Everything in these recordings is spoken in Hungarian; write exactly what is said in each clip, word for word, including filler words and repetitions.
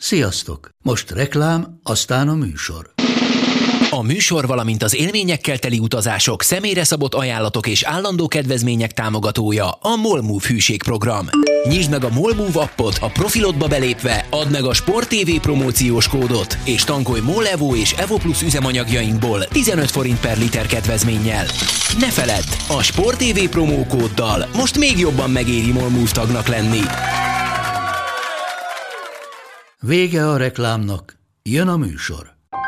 Sziasztok! Most reklám, aztán a műsor. A műsor, valamint az élményekkel teli utazások, személyre szabott ajánlatok és állandó kedvezmények támogatója a MOLMOVE hűségprogram. Nyisd meg a MOLMOVE appot, a profilodba belépve add meg a Sport té vé promóciós kódot, és tankolj MOL Evo és Evo Plus üzemanyagjainkból tizenöt forint per liter kedvezménnyel. Ne feledd, a Sport té vé promókóddal most még jobban megéri MOLMOVE tagnak lenni. Vége a reklámnak, jön a műsor.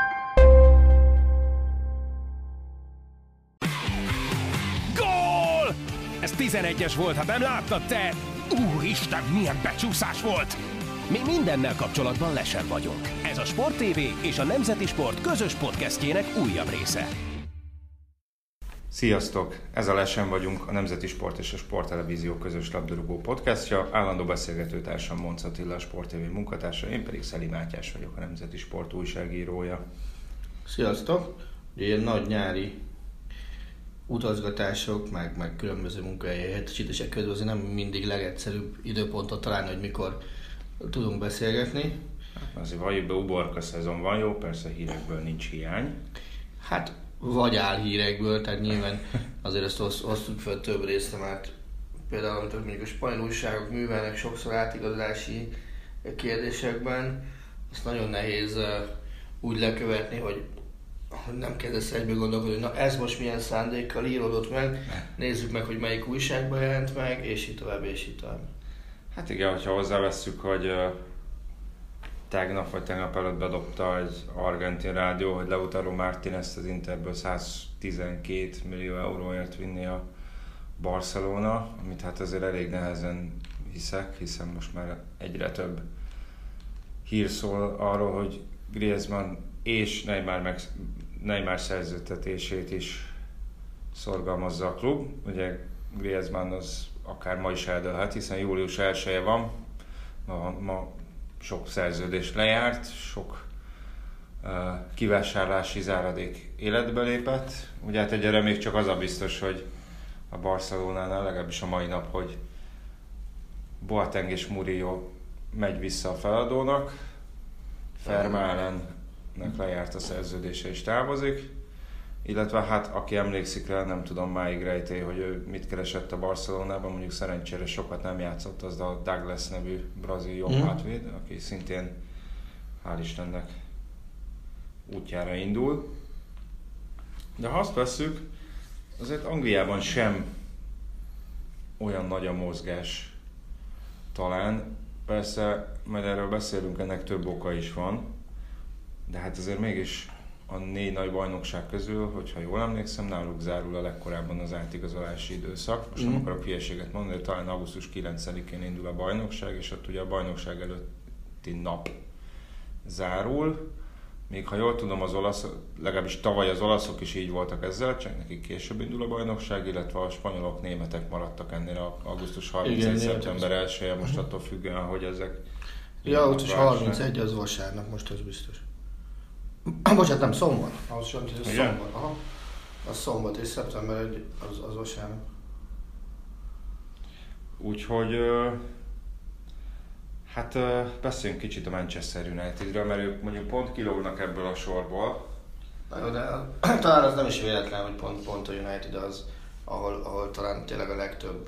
Gól! Ez tizenegyes volt, ha nem láttad te! Úristen, milyen becsúszás volt! Mi mindennel kapcsolatban lesen vagyunk. Ez a Sport té vé és a Nemzeti Sport közös podcastjének újabb része. Sziasztok! Ez a Lesen vagyunk, a Nemzeti Sport és a Sport Televízió közös labdarúgó podcastja. Állandó beszélgetőtársam Monc Attila, a Sport té vé munkatársa, én pedig Szeli Mátyás vagyok, a Nemzeti Sport újságírója. Sziasztok! Ugye ilyen nagy nyári utazgatások, meg, meg különböző munkahelyi helyettesítések közül azért nem mindig legegyszerűbb időpontot találni, hogy mikor tudunk beszélgetni. Hát azért valljuk be, uborka szezon van, jó, persze hírekből nincs hiány. Hát vagy álhírekből, tehát nyilván azért ezt osztjuk fel több részre, mert például amit mondjuk a spanyol újságok művelnek sokszor átigazolási kérdésekben, azt nagyon nehéz úgy lekövetni, hogy nem kezdesz egyből gondolkodni, hogy na ez most milyen szándékkal íródott meg, nézzük meg, hogy melyik újságban jelent meg, és így tovább, és így tovább. Hát igen, hogyha hozzávesszük, hogy uh, tegnap vagy tegnap előtt bedobta egy argentin rádió, hogy Lautaro Martínez az Interből száztizenkét millió euróért vinni a Barcelona, amit hát azért elég nehezen hiszek, hiszen most már egyre több hír szól arról, hogy Griezmann és Neymar, meg, Neymar szerződtetését is szorgalmazza a klub. Ugye Griezmann az akár ma is eldőlhet, hiszen július elseje van, ma, ma sok szerződés lejárt, sok uh, kivásárlási záradék életbe lépett. Ugye hát egyre még csak az a biztos, hogy a Barcelonánál legalábbis a mai nap, hogy Boateng és Murillo megy vissza a feladónak, Vermaelennek lejárt a szerződése és távozik, illetve hát aki emlékszik rá, nem tudom máig rejtély, hogy ő mit keresett a Barcelonában, mondjuk szerencsére sokat nem játszott, az a Douglas nevű brazil jobb hátvéd, mm. aki szintén hál' Istennek útjára indul. De ha azt vesszük, azért Angliában sem olyan nagy a mozgás talán. Persze, majd erről beszélünk, ennek több oka is van, de hát azért mégis a négy nagy bajnokság közül, hogyha jól emlékszem, náluk zárul a legkorábban az átigazolási időszak. Most mm. nem akarok hülyeséget mondani, de talán augusztus kilencedikén indul a bajnokság, és ott ugye a bajnokság előtti nap zárul. Még ha jól tudom, az olasz, legalábbis tavaly az olaszok is így voltak ezzel, csak nekik később indul a bajnokság, illetve a spanyolok, németek maradtak ennél a augusztus harmincegy szeptember elsője, most attól függően, hogy ezek... Ja, augusztus harmincegy az vasárnap, most az biztos. Bocsánat, nem, szombat. Az sem, hogy ez szombat. Aha. Az szombat és szeptember egy, az, az vasárnap. Úgyhogy... Hát beszéljünk kicsit a Manchester Unitedről, mert ők mondjuk pont kilógnak ebből a sorból. Na jó, de talán az nem is véletlen, hogy pont, pont a United az, ahol, ahol talán tényleg a legtöbb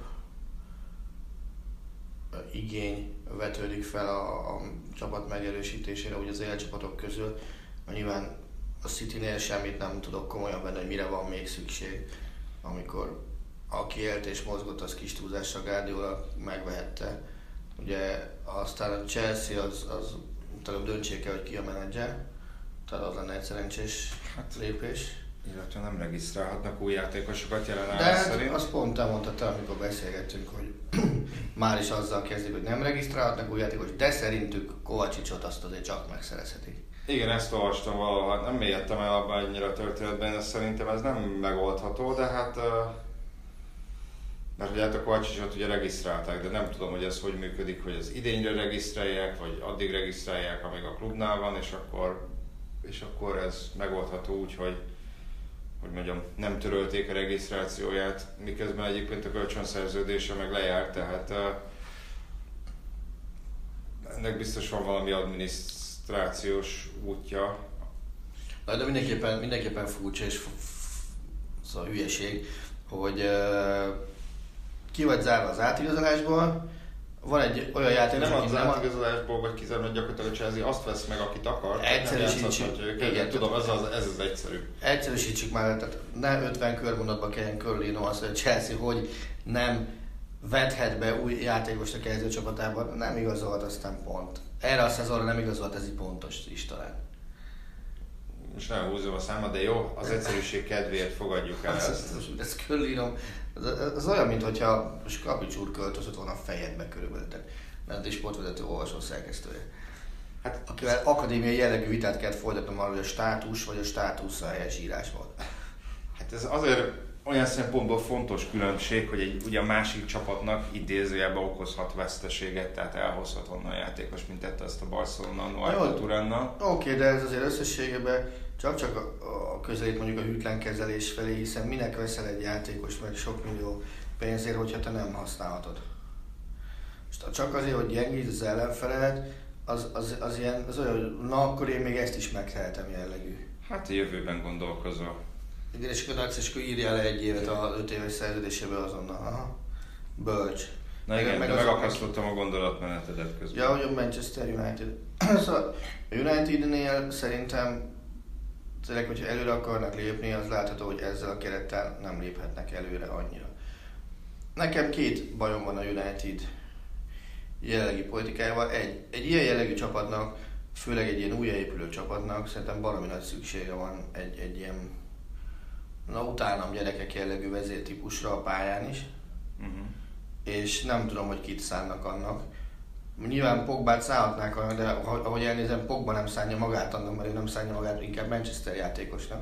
igény vetődik fel a, a csapat megerősítésére, úgy az élcsapatok közül. Nyilván a Citynél semmit nem tudok komolyan venni, hogy mire van még szükség, amikor aki élt és mozgott, az kis túlzásra Guardiola megvehette. Ugye aztán a Chelsea az, az talán döntsék el, hogy ki a menedzser, tehát az lenne egy szerencsés hát, lépés. Illetve nem regisztrálhatnak új játékosokat jelen állás állás szerint. De azt pont elmondtad, amikor beszélgettünk, hogy már is azzal kezdik, hogy nem regisztrálhatnak új játékos, de szerintük Kovacsicsot azt azért csak megszerezhetik. Igen, ezt olvastam valahol, nem mélyedtem el abban annyira a történetben, ez szerintem ez nem megoldható, de hát... Mert ugye hát a Kovacsicsot ugye regisztrálták, de nem tudom, hogy ez hogy működik, hogy az idényre regisztrálják, vagy addig regisztrálják, amíg a klubnál van, és akkor, és akkor ez megoldható úgy, hogy, hogy mondjam, nem törölték a regisztrációját, miközben egyébként a kölcsönszerződése meg lejárt, tehát ennek biztos van valami adminisztrációs útja. Na, de mindenképpen, mindenképpen furcsa és f- f- szóval hülyeség, hogy uh, ki vagy zárva az átigazolásból, van egy olyan játékos, nem aki az nem... átigazolásból vagy kizárva, gyakorlatilag a Chelsea azt vesz meg, akit akar. Egyszerűsítsük. Igen, tudom, ez az, ez az egyszerű. Egyszerűsítsük már, tehát ne ötven körmondatba kelljen körülírnom azt, hogy a Chelsea hogy nem vethet be új játékost a kezdőcsapatában, nem igazolt, aztán pont. Erre a szezonra nem igazolt, ez így pontos is talán. Most nem húzom a számot, de jó, az egyszerűség kedvéért fogadjuk el ezt. Ezt, ezt körülírom. Ez, ez olyan, mintha most Kapics úr költözött volna a fejedbe körülbelül. Mert egy sportvezető olvasó szerkesztője. Hát, akivel akadémiai jellegű vitát kellett folytatnom arról, hogy a státus vagy a státusz a helyes írás volt. Hát ez azért olyan szempontból fontos különbség, hogy egy ugye a másik csapatnak idézőjelben okozhat veszteséget, tehát elhozhat onnan a játékos, mint tette ezt a Barcelona Noir Turannal. Oké, okay, de ez azért összességében csak-csak a, a közelít mondjuk a hűtlen kezelés felé, hiszen minek veszel egy játékos meg sok millió pénzért, hogyha te nem használhatod. És csak azért, hogy gyengítsd az ellenfeled, az, az, az, ilyen, az olyan, hogy na akkor én még ezt is megtehetem jellegű. Hát a jövőben gondolkozol. Igen, és akkor és akkor írjál le egy évet az öt éves szerződéséből azonnal. Aha. Bölcs. Na meg, igen, meg de megakasztottam a gondolatmenetedet közben. Ja, hogy a Manchester United. Szóval a Unitednél szerintem tényleg, hogyha előre akarnak lépni, az látható, hogy ezzel a kerettel nem léphetnek előre annyira. Nekem két bajom van a United jelenlegi politikájával. Egy, egy ilyen jellegű csapatnak, főleg egy ilyen újjáépülő csapatnak szerintem baromi nagy szüksége van egy, egy ilyen na utánam gyerekek jellegű vezértípusra a pályán is. Uh-huh. És nem tudom, hogy kit szánnak annak. Nyilván Pogbát szállhatnák annak, de ahogy elnézem, Pogba nem szánja magát annak, mert ő nem szánja magát inkább Manchester játékosnak.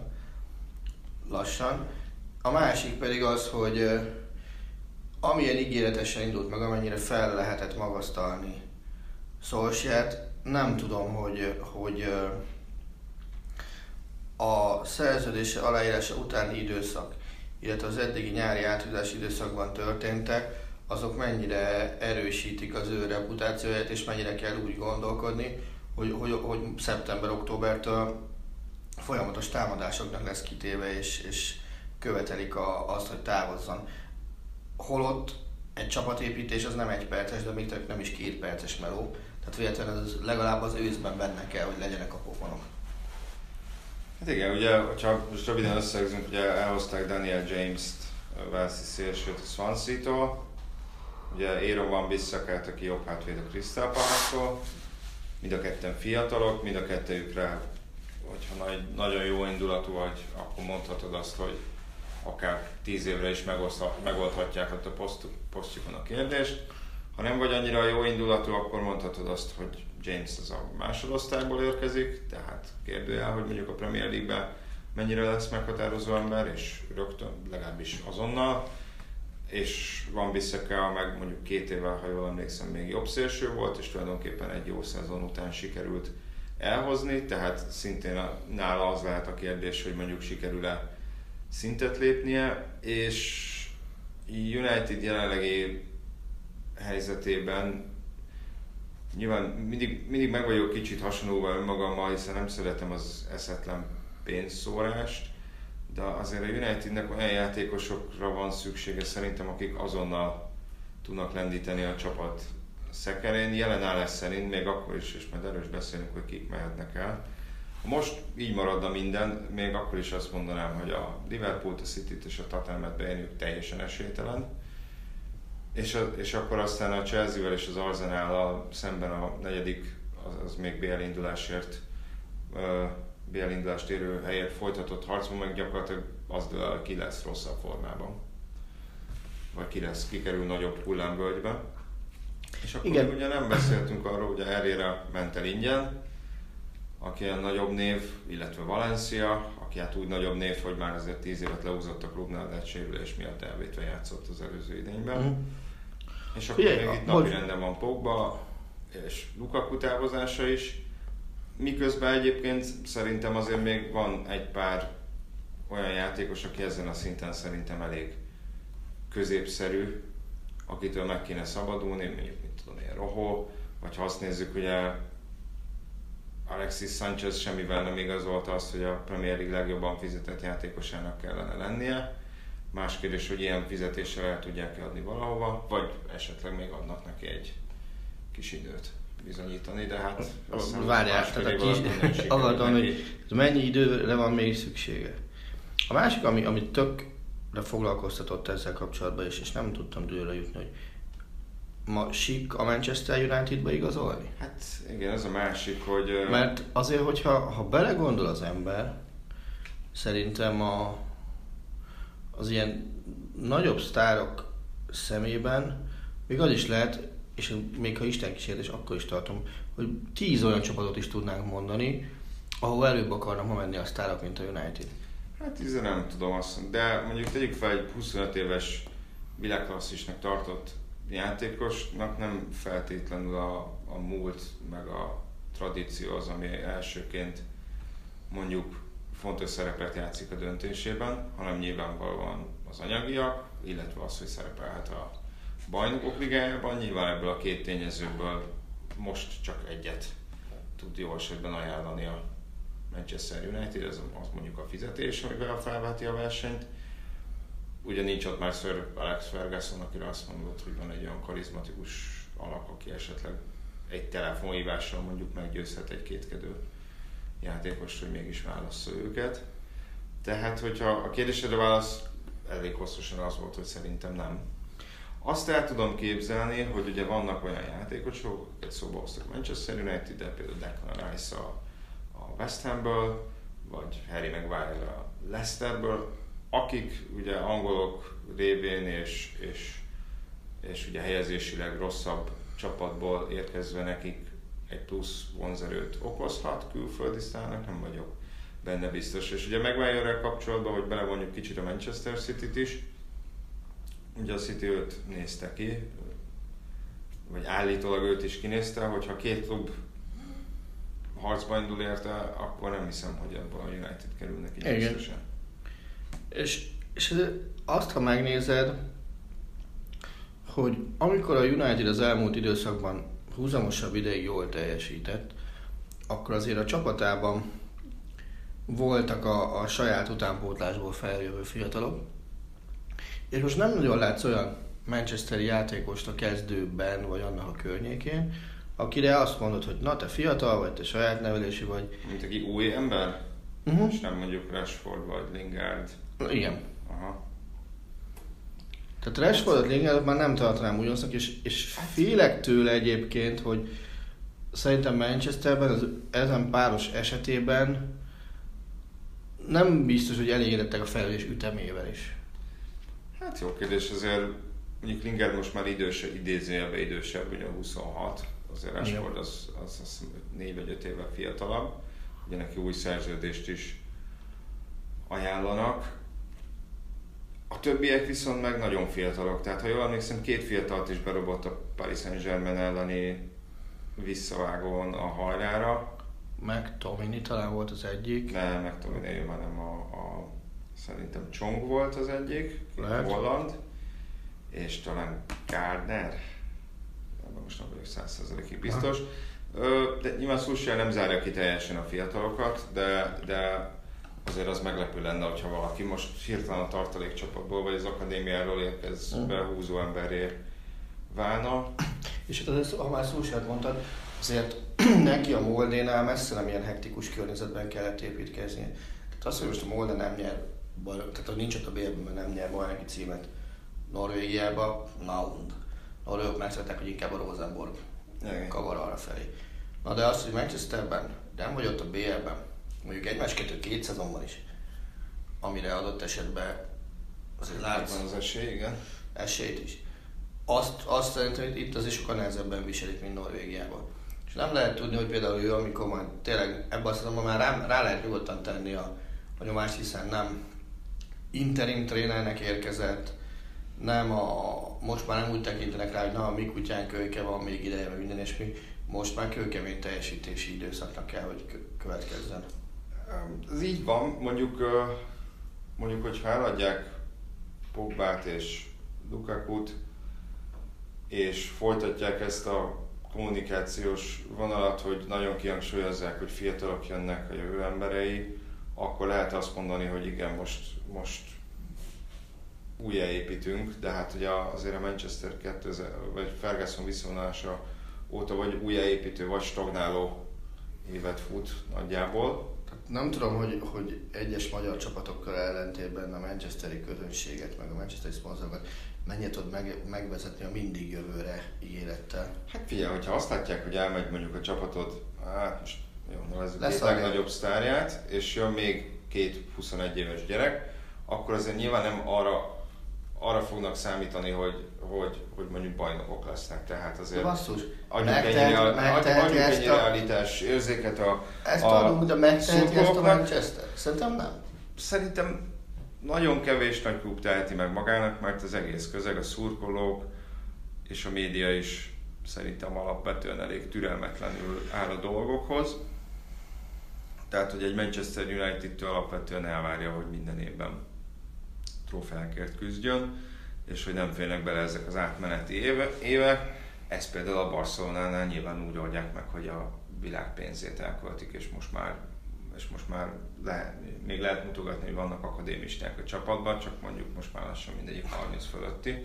Lassan. A másik pedig az, hogy amilyen ígéretesen indult meg, amennyire fel lehetett magasztalni Solskjaert, nem tudom, hogy, hogy a szerződése aláírása utáni időszak, illetve az eddigi nyári átjutási időszakban történtek, azok mennyire erősítik az ő reputációját, és mennyire kell úgy gondolkodni, hogy, hogy, hogy szeptember-októbertől folyamatos támadásoknak lesz kitéve, és, és követelik a, azt, hogy távozzon. Holott egy csapatépítés az nem egy perces, de még nem is két perces meló, tehát véletlenül az legalább az őszben benne kell, hogy legyenek a pofonok. Hát igen, ugye, ha most röviden összegzünk, ugye elhozták Daniel James-t, Walesi szélsőt a Swansea-tól, ugye Aaron Wan-Bissakát, aki jobb hátvéd a Crystal Palace-tól, mind a ketten fiatalok, mind a kettőjükre, hogyha nagy, nagyon jó indulatú vagy, akkor mondhatod azt, hogy akár tíz évre is megoldhatják ott a posztjukon a kérdést. Ha nem vagy annyira jó indulatú, akkor mondhatod azt, hogy James az a másodosztályból érkezik, tehát kérdőjel, hogy mondjuk a Premier League-ben mennyire lesz meghatározó ember, és rögtön, legalábbis azonnal. És Van Bissaka meg mondjuk két évvel, ha jól emlékszem, még jobb szélső volt, és tulajdonképpen egy jó szezon után sikerült elhozni, tehát szintén nála az lehet a kérdés, hogy mondjuk sikerül-e szintet lépnie, és United jelenlegi helyzetében nyilván mindig, mindig meg vagyok kicsit hasonlóval önmagammal, hiszen nem szeretem az eszetlen pénzszórást, de azért a Unitednek olyan játékosokra van szüksége szerintem, akik azonnal tudnak lendíteni a csapat szekerén. Jelen állás szerint még akkor is, és majd erről is beszélünk, hogy kik mehetnek el. Ha most így maradna minden, még akkor is azt mondanám, hogy a Liverpoolt, a Cityt és a Tottenhamet beérjük teljesen esélytelen. És, a, és akkor aztán a Chelsea-vel és az Arsenállal szemben a negyedik, az, az még bé el indulásért, uh, bé el indulást érő helyért folytatott harcban, meg gyakorlatilag az dől el, ki lesz rosszabb formában. Vagy ki lesz, kikerül nagyobb hullámvölgybe. És akkor igen. Ugye nem beszéltünk arról, hogy Herrera ment el ingyen, aki a nagyobb név, illetve Valencia, aki hát úgy nagyobb név, hogy már azért tíz évet leúzott a klubnál, de egy sérülés miatt elvétve játszott az előző idényben. Mm. És akkor Figyelj, még itt napirenden van Pogba és Lukaku távozása is. Miközben egyébként szerintem azért még van egy pár olyan játékos, aki ezen a szinten szerintem elég középszerű, akitől meg kéne szabadulni, mondjuk mit tudom én, Rojo, vagy ha azt nézzük, ugye Alexis Sanchez semmivel nem igazolta azt, hogy a Premier League legjobban fizetett játékosának kellene lennie. Más kérdés, hogy ilyen fizetéssel el tudják adni valahova, vagy esetleg még adnak neki egy kis időt bizonyítani, de hát... Várjál, tehát a kis... Akartam, hogy mennyi időre van még szüksége. A másik, ami, ami tökre foglalkoztatott ezzel kapcsolatban, és, és nem tudtam dőle jutni, hogy ma sik a Manchester Unitedba igazolni? Hát igen, ez a másik, hogy... Mert azért, hogyha ha belegondol az ember, szerintem a, az ilyen nagyobb sztárok szemében még az is lehet, és még ha Isten kísértés, akkor is tartom, hogy tíz olyan csapatot is tudnánk mondani, ahol előbb akarnak ma menni a sztárok, mint a United. Hát tízre nem tudom azt mondani, de mondjuk tegyük fel egy huszonöt éves világklasszisnak tartott játékosnak nem feltétlenül a, a múlt meg a tradíció az, ami elsőként mondjuk fontos szerepet játszik a döntésében, hanem nyilvánvalóan az anyagiak, illetve az, hogy szerepelhet a Bajnokok Ligájában. Nyilván ebből a két tényezőből most csak egyet tud jó esetben ajánlani a Manchester United, ez az mondjuk a fizetés, amivel felválti a versenyt. Ugye nincs ott már Sir Alex Ferguson, akire azt mondott, hogy van egy olyan karizmatikus alak, aki esetleg egy telefonhívással mondjuk meggyőzhet egy kétkedő játékost, hogy mégis válassza őket. Tehát, hogyha a kérdésedre válasz elég hosszasan az volt, hogy szerintem nem. Azt el tudom képzelni, hogy ugye vannak olyan játékosok, akiket szóba hoztak Manchester United, de például Declan Rice a, a West Hamből, vagy Harry Maguire a Leicesterből, akik ugye angolok révén és, és, és ugye helyezésileg rosszabb csapatból érkezve nekik egy plusz vonzerőt okozhat külföldi sztárnak, nem vagyok benne biztos. És ugye Maguire-rel kapcsolatban, hogy belevonjuk kicsit a Manchester Cityt is, ugye a City őt nézte ki, vagy állítólag őt is kinézte, hogyha két klub harcba indul érte, akkor nem hiszem, hogy ebből a United kerül neki biztosan. És, és azt, ha megnézed, hogy amikor a United az elmúlt időszakban húzamosabb ideig jól teljesített, akkor azért a csapatában voltak a, a saját utánpótlásból feljövő fiatalok, és most nem nagyon látsz olyan manchesteri játékost a kezdőben, vagy annak a környékén, akire azt mondod, hogy na te fiatal vagy, te saját nevelésű vagy. Mint aki új ember? Uh-huh. És nem mondjuk Rashford vagy Lingard. Igen. Aha. Tehát Rashfordot, Lingardot már nem tartanám újoncnak, és, és félek tőle egyébként, hogy szerintem Manchesterben az ezen páros esetében nem biztos, hogy elégedettek a fejlődés ütemével is. Hát jó kérdés, azért mondjuk Lingard most már idősebb, idézőjelben idősebb, ugye huszonhat, azért Rashford az, az, az négy vagy öt évvel fiatalabb, ugye neki új szerződést is ajánlanak. A többiek viszont meg nagyon fiatalok, tehát ha jól emlékszem, két fiatalt is berobott a Paris Saint-Germain elleni visszavágón a hajrára. Meg Tomini talán volt az egyik. Nem, meg Tomini, hanem a, a szerintem Chong volt az egyik, holland, és talán Gardner, most nem vagyok száz százalékig biztos. Ö, de nyilván Solskjaer nem zárja ki teljesen a fiatalokat, de, de azért az meglepő lenne, hogyha valaki most hirtelen a tartalékcsapatból vagy az akadémiáról érkezve húzó emberré válna. És hát azért, ha már Solskjaert mondtad, azért neki a Moldénál messze nem ilyen hektikus környezetben kellett építkeznie. Tehát az, hogy most a Molde nem nyer, tehát hogy nincs ott a bé el-ben, mert nem nyer bajnoki címet Norvégiába, Naund. Norvégok megszerettek, hogy inkább a Rosenborg kavar arra felé. Na de az, hogy Manchesterben nem vagy ott a bé el-ben, mondjuk egymás kettő két szezonban is, amire adott esetben azért látsz az esély, igen. esélyt is. Azt, azt szerintem, hogy itt azért sokkal nehezebben viselik, mint Norvégiában. És nem lehet tudni, hogy például ő, amikor már tényleg ebben a szezonban már rá, rá lehet nyugodtan tenni a, a nyomást, hiszen nem interim trénernek érkezett, nem a, most már nem úgy tekintenek rá, hogy na, a mi kutyán kölyke van még ideje, meg minden, és mi most már kőkemény teljesítési időszaknak kell, hogy következzen. Ez így van, mondjuk, mondjuk hogyha eladják Pogbát és Lukakut, és folytatják ezt a kommunikációs vonalat, hogy nagyon kihangsúlyozzák, hogy fiatalok jönnek a jövő emberei, akkor lehet azt mondani, hogy igen, most, most újjáépítünk, de hát ugye azért a Manchester kétezer, vagy Ferguson visszavonulása óta vagy újjáépítő, vagy stagnáló évet fut nagyjából. Nem tudom, hogy, hogy egyes magyar csapatokkal ellentétben a manchesteri közönséget, meg a manchesteri szponzorokat mennyit tud meg, megvezetni a mindig jövőre ígérettel. Hát figyelj, hogyha azt látják, hogy elmegy mondjuk a csapatod, hát most jó, ez a két a legnagyobb sztárját, és jön még két huszonegy éves gyerek, akkor azért nyilván nem arra, arra fognak számítani, hogy, hogy, hogy mondjuk bajnokok lesznek, tehát azért basszus, adjunk egy realitás érzéket a Ezt a adunk, de megteheti ezt a szurkolóknak. Manchester? Szerintem nem. Szerintem nagyon kevés nagy klub teheti meg magának, mert az egész közeg, a szurkolók és a média is szerintem alapvetően elég türelmetlenül áll a dolgokhoz. Tehát, hogy egy Manchester United-től alapvetően elvárja, hogy minden évben trófeákért küzdjön, és hogy nem félnek bele ezek az átmeneti éve, évek. Ezt például a Barcelonánál nyilván úgy oldják meg, hogy a világ pénzét elköltik, és most már, és most már lehet, még lehet mutogatni, hogy vannak akadémisták a csapatban, csak mondjuk most már lassan mindegyik harminc fölötti.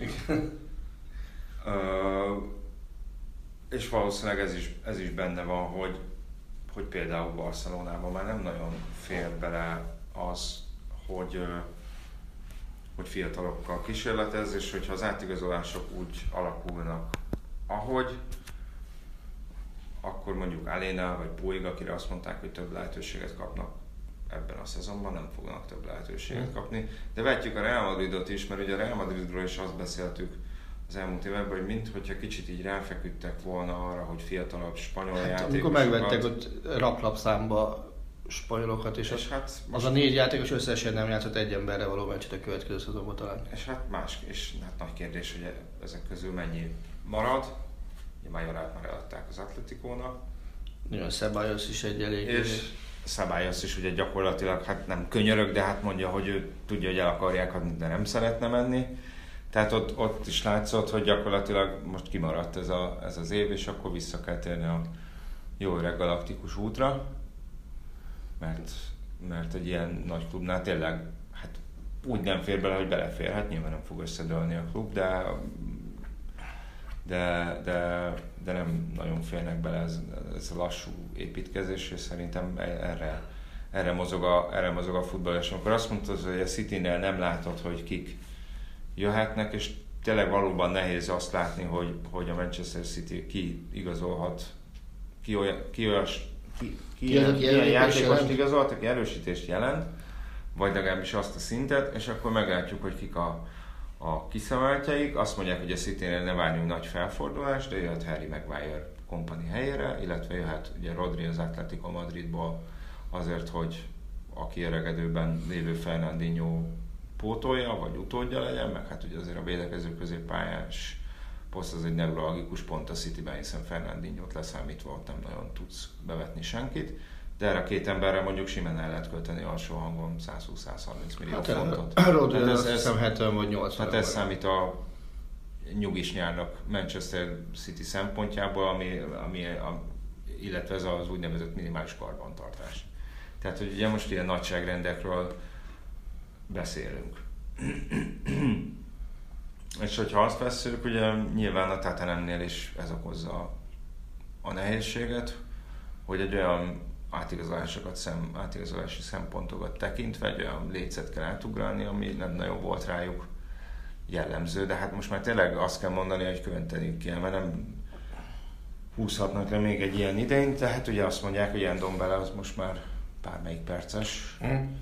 uh, és valószínűleg ez is, ez is benne van, hogy, hogy például Barcelonában már nem nagyon fér bele az, hogy hogy fiatalokkal kísérletez, és hogyha az átigazolások úgy alakulnak, ahogy, akkor mondjuk Aléna vagy Puig, akire azt mondták, hogy több lehetőséget kapnak ebben a szezonban, nem fognak több lehetőséget kapni. De vetjük a Real Madridot is, mert ugye a Real Madridról is azt beszéltük az elmúlt években, hogy minthogyha kicsit így ráfeküdtek volna arra, hogy fiatalabb spanyol hát, játékosokat... Amikor megvettek ott raklapszámba spanyolokat, és, és hát az a négy játékos összesen nem játszott egy emberre való meccset a következő szezonban talán. És hát más, és hát nagy kérdés, hogy ezek közül mennyi marad. Ugye Majorát már eladták az Atleticónak. Nagyon Ceballos is egy elég. És Ceballos is ugye gyakorlatilag, hát nem könyörög, de hát mondja, hogy ő tudja, hogy el akarják adni, de nem szeretne menni. Tehát ott, ott is látszott, hogy gyakorlatilag most kimaradt ez, a, ez az év, és akkor vissza kell térni a jó öreg galaktikus útra. Mert, mert egy ilyen nagy klubnál tényleg hát úgy nem fér bele, hogy belefér. Hát nyilván nem fog összedőlni a klub, de, de, de, de nem nagyon férnek bele ez, ez a lassú építkezés, és szerintem erre, erre, mozog a, erre mozog a futball. És amikor azt mondtad, hogy a Citynél nem látod, hogy kik jöhetnek, és tényleg valóban nehéz azt látni, hogy, hogy a Manchester City ki igazolhat, ki olyan, ki olyas, ki, ki Ki ilyen, az, ilyen játékost jelent? igazolt, aki erősítést jelent, vagy legalábbis azt a szintet, és akkor meglátjuk, hogy kik a, a kiszemeltjeik. Azt mondják, hogy a Citynél ne várjunk nagy felfordulást, de jöhet Harry Maguire Company helyére, illetve jöhet ugye Rodri az Atletico Madridból azért, hogy a kiöregedőben lévő Fernandinho pótolja, vagy utódja legyen, meg hát ugye azért a védekező középpályás poszt az egy neurologikus pont a Cityben, hiszen Fernandinhót leszámítva ott nem nagyon tudsz bevetni senkit, de erre a két emberre mondjuk simán el lehet költeni alsó hangon százhúsz-százharminc millió hát fontot. A Rodri hát azt hiszem hetven vagy nyolcvan. Hát ez számít a nyugis nyárnak Manchester City szempontjából, ami, ami a, illetve ez az úgynevezett minimális karbantartás. Tehát, hogy ugye most ilyen nagyságrendekről beszélünk. És hogyha azt vesszük, ugye nyilván a Tottenhamnél is ez okozza a nehézséget, hogy egy olyan átigazolásokat, szem, átigazolási szempontokat tekintve egy olyan lécet kell átugrálni, ami nem nagyon volt rájuk jellemző, de hát most már tényleg azt kell mondani, hogy követeniük kell, mert nem húzhatnak le még egy ilyen idényt, tehát ugye azt mondják, hogy ilyen Dombele az most már bármelyik perces.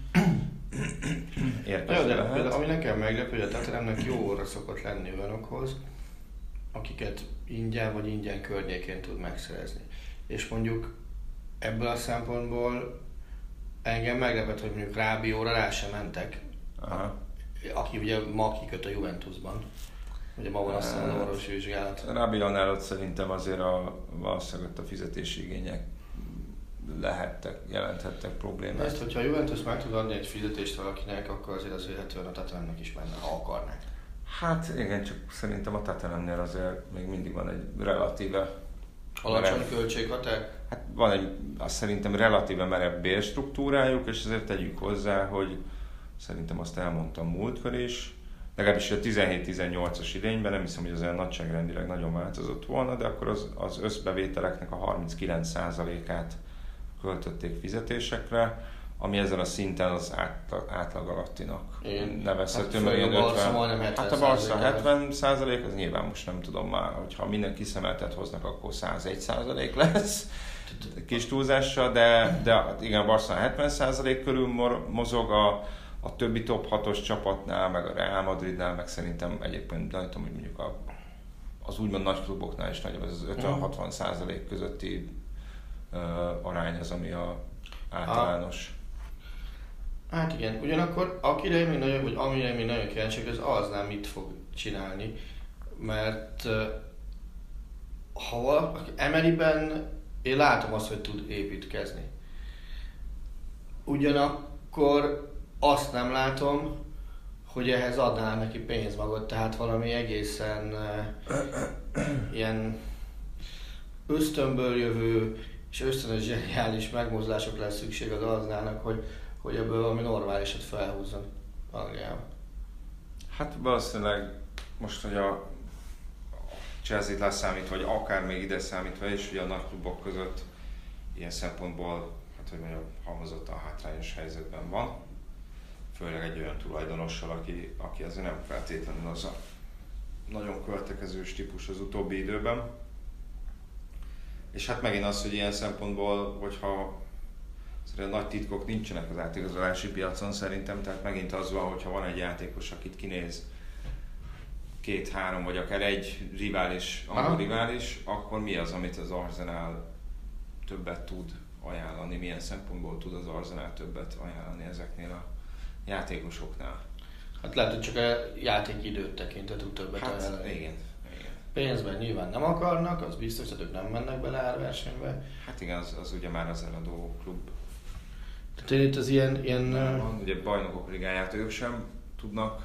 Jó, de például, ami nekem meglepő, hogy a Tottenhamnek jó óra szokott lenni olyanokhoz, akiket ingyen vagy ingyen környékén tud megszerezni. És mondjuk ebből a szempontból engem meglepett, hogy mondjuk Rábióra rá sem mentek, Aha. aki ugye ma kiköt a Juventusban. Ugye ma van aztán az orvosi vizsgálat. Rábiónál ott szerintem azért a, valószínűleg a fizetési igények lehettek, jelenthettek problémát. Ezt, hogyha a Juventus meg tud adni egy fizetést valakinek, akkor azért az érhetően a Tottenhamnek is menne, ha akarnák. Hát igen, csak szerintem a Tottenhamnél azért még mindig van egy relatíve Alacsony merev, költséghatár? hát van egy, azt szerintem relatíve merev bérstruktúrájuk, és ezért tegyük hozzá, hogy szerintem azt elmondtam múltkor is, legalábbis a tizenhét tizennyolcas idényben, nem hiszem, hogy az olyan nagyságrendileg nagyon változott volna, de akkor az, az összbevételeknek a harminckilenc százalékát költötték fizetésekre, ami ezen a szinten az átlag, átlag alattinak nevezhető. Hát, a Barca majdnem hetven hát a Barca hetven százalék, az nyilván most nem tudom már, hogyha minden kiszemeltet hoznak, akkor százegy százalék lesz kis túlzással, de, de igen, a Barca hetven százalék körül mozog, a, a többi top hatos csapatnál, meg a Real Madridnál, meg szerintem egyébként nem tudom, hogy mondjuk a, az úgymond nagy kluboknál is nagyobb, ez az ötven-hatvan százalék közötti uh, arány az, ami a általános. Hát igen, ugyanakkor akire még nagyon, vagy amire még nagyon kíváncsiak, az az nem mit fog csinálni, mert ha valaki Emeryben én látom azt, hogy tud építkezni. Ugyanakkor azt nem látom, hogy ehhez adnál neki pénzmagot, tehát valami egészen uh, ilyen ösztönből jövő és ösztönös zseniális megmozdulások lesz szükség az Arsenalnak, hogy, hogy ebből valami normálisat felhúzzon Angliában. Hát valószínűleg most, hogy a Chelsea-t leszámítva, vagy akár még ide számítva is, hogy a nagy klubok között ilyen szempontból, hát hogy mondjam, halmozottan hátrányos helyzetben van. Főleg egy olyan tulajdonossal, aki, aki azért nem feltétlenül az a nagyon költekezős típus az utóbbi időben. És hát megint az, hogy ilyen szempontból, hogyha nagy titkok nincsenek az átigazolási piacon szerintem, tehát megint az van, hogyha van egy játékos, akit kinéz két-három vagy akár egy rivális, angol rivális, akkor mi az, amit az Arsenal többet tud ajánlani, milyen szempontból tud az Arsenal többet ajánlani ezeknél a játékosoknál? Hát lehet, hogy csak a játékidőt tekintve tud többet hát, ajánlani. Igen. igen. Pénzben nyilván nem akarnak, az biztos, hogy ők nem mennek bele árversenybe. Hát igen, az, az ugye már az eladó klub. Tehát én itt az ilyen... ilyen van, ugye bajnokok ligáját ők sem tudnak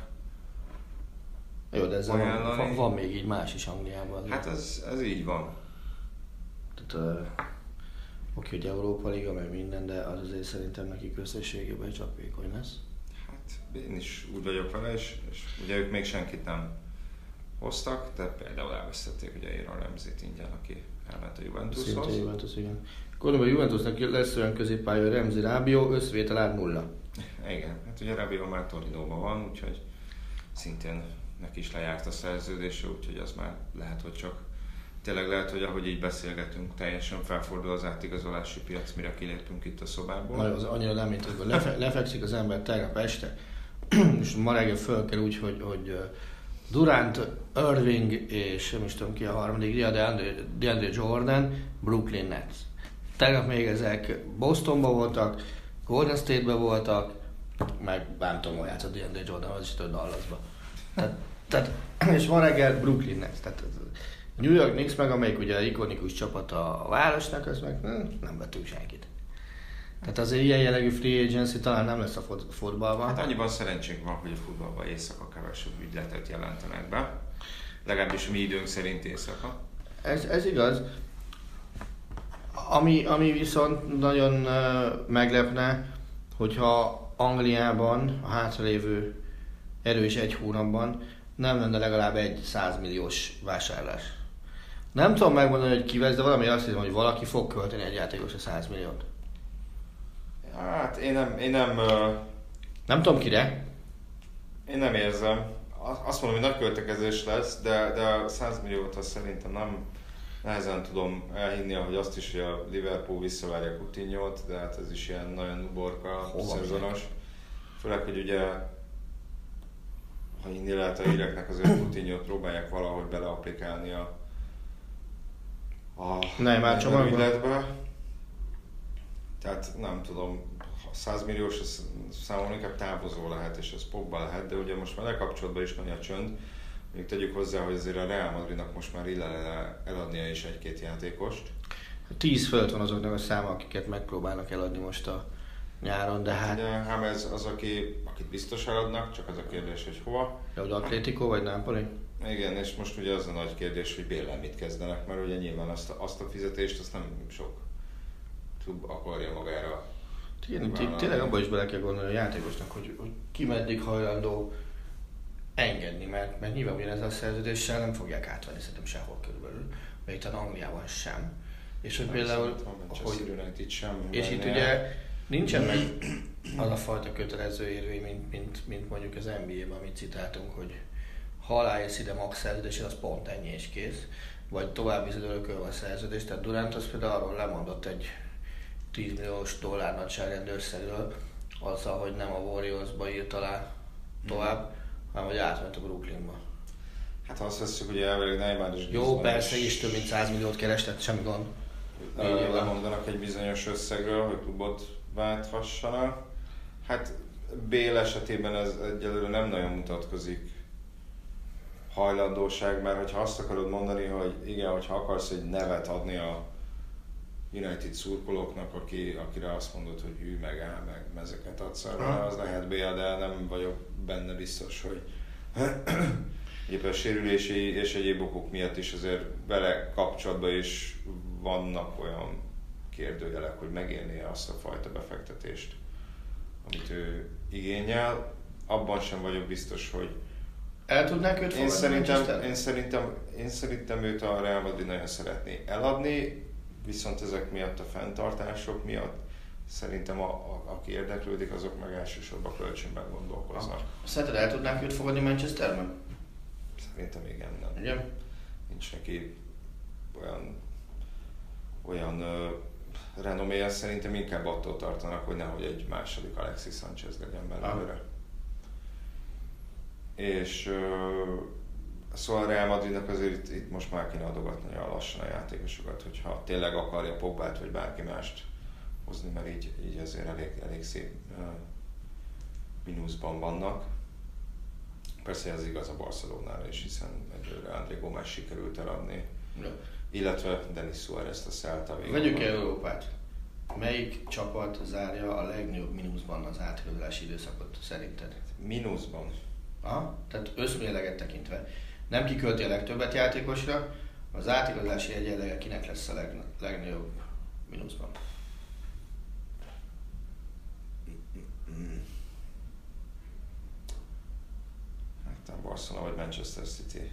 jó, de ezzel ajánlani. Van, van még így más is Angliában. Hát ez, ez így van. Tehát uh, oké, hogy Európa Liga, meg minden, de az azért szerintem nekik összességében csak vékony lesz. Hát én is úgy vagyok vele, és, és ugye ők még senkit nem hoztak, de például elvesztették ugye Aaron Ramsey-t ingyen, aki elment a Juventushoz. Szinte Juventus, igen. Gondolom, a Juventusnak lesz olyan középpálya, Ramsey, Rabiot, összvétel át nulla. Igen, hát ugye Rabiot már Torinóban van, úgyhogy szintén neki is lejárt a szerződése, úgyhogy az már lehet, hogy csak tényleg lehet, hogy ahogy így beszélgetünk, teljesen felfordul az átigazolási piac, mire kilépünk itt a szobából. Nagyon az annyira nem, mint hogy lefe, lefekszik az ember tegnap este, és ma reggel föl kell úgy, hogy, hogy Durant, Irving és nem is tudom ki a harmadik, DeAndre, DeAndre Jordan, Brooklyn Nets. Tegnap még ezek Bostonban voltak, Golden State-ben voltak, meg nem tudom, hogy játszott DeAndre Jordan, az is több Dallasba. Tehát, tehát, és ma reggel Brooklyn Nets. Tehát New York Knicks meg, amelyik ugye ikonikus csapat a városnak, az meg nem vettünk senkit. Tehát azért ilyen jellegű free agency talán nem lesz a futballban. Hát annyiban szerencsénk van, hogy a futballban éjszaka kevesebb ügyletet jelentenek be. Legalábbis mi időnk szerint éjszaka. Ez, ez igaz. Ami, ami viszont nagyon uh, meglepne, hogyha Angliában a hátralévő erős egy hónapban nem lenne legalább egy száz milliós vásárlás. Nem tudom megmondani, hogy ki vesz, de valami azt hiszem, hogy valaki fog költeni egy játékosra száz milliót. Hát én nem, én nem... Uh, nem tudom kire. Én nem érzem. Azt mondom, hogy nagy költekezés lesz, de, de száz milliót azt szerintem nem nehezen tudom elhinni, ahogy azt is, hogy a Liverpool visszavárja Coutinho-t, de hát ez is ilyen nagyon uborka, szezonos. Főleg, hogy ugye ha hinni lehet a híreknek, azért Coutinho-t próbálják valahogy beleapplikálni a a Neymar ügyletbe. Tehát nem tudom, száz milliós számomra inkább távozó lehet, és ez Pogba lehet, de ugye most már lekapcsolatban is nagy a csönd. Még tegyük hozzá, hogy azért a Real Madridnak most már illene eladnia is egy-két játékost. Tíz fölt van azoknak a száma, akiket megpróbálnak eladni most a nyáron, de hát... hát James az, aki, akit biztos eladnak, csak az a kérdés, hogy hova. De az Atlético vagy Napoli? Igen, és most ugye az a nagy kérdés, hogy Bale-lel mit kezdenek, mert ugye nyilván azt a, azt a fizetést azt nem sok klub akarja magára. Tényleg, tényleg abban is bele kell gondolni a játékosnak, hogy, hogy ki meddig hajlandó engedni, mert, mert nyilván ugyanezzel a szerződéssel nem fogják átvenni szerintem sehol körülbelül, mert itt Angliában sem. És hogy például, hogy, sem és itt ugye nincsen meg az a fajta kötelező érvény, mint, mint, mint mondjuk az en bé á-ben, amit citáltunk, hogy ha aláérsz ide max szerződését, az pont ennyi és kész, vagy tovább viszed örökölve a szerződést. Tehát Durant az például arról lemondott egy tíz milliós dollár nagyságrendű összegről, azzal, hogy nem a Warriorsba írt alá tovább, mm. hanem hogy átment a Brooklynba. Hát ha azt veszük, hogy elvileg Neymar is... Jó, persze, is több mint száz milliót keresett, semmi gond. Lemondanak egy bizonyos összegről, hogy klubot válthassanak. Hát Bale esetében ez egyelőre nem nagyon mutatkozik hajlandóság, mert hogyha azt akarod mondani, hogy igen, hogyha akarsz egy nevet adni a United szurkolóknak, aki, akire azt mondod, hogy hű, meg áll, meg mezeket adsz arra, az lehet Bale, de nem vagyok benne biztos, hogy éppen a sérülési és egyéb okok miatt is azért vele kapcsolatban is vannak olyan kérdőjelek, hogy megérnie azt a fajta befektetést, amit ő igényel. Abban sem vagyok biztos, hogy el tudnák őt én szerintem, én, szerintem, én szerintem őt a Real Madrid nagyon szeretné eladni, viszont ezek miatt a fenntartások miatt szerintem a, a, aki érdeklődik, azok meg elsősorban kölcsönben gondolkoznak. Szerinted el tudnák őt fogadni Manchesterben? Szerintem igen, nem. Igen? Nincs neki olyan, olyan uh, renoméja, szerintem inkább attól tartanak, hogy nehogy egy második Alexis Sanchez legyen belőle. És uh, szóval a Real Madridnak azért itt, itt most már kéne adogatni a lassan a játékosokat, hogyha tényleg akarja Pogbát vagy bárki mást hozni, mert így, így azért elég, elég szép uh, mínuszban vannak. Persze ez igaz a Barcelonára is, hiszen egyelőre André Gómez sikerült eladni, ja. Illetve Denis Suárez-t a Celta végül. Vegyük Európát. Melyik csapat zárja a legnagyobb mínuszban az átigazolási időszakot szerinted? Mínuszban? Aha, tehát összmérleget tekintve. Nem kikölti a legtöbbet játékosra, az átigazolási egyenlege kinek lesz a leg, legnagyobb mínuszban? Hát a Barcelona vagy Manchester City.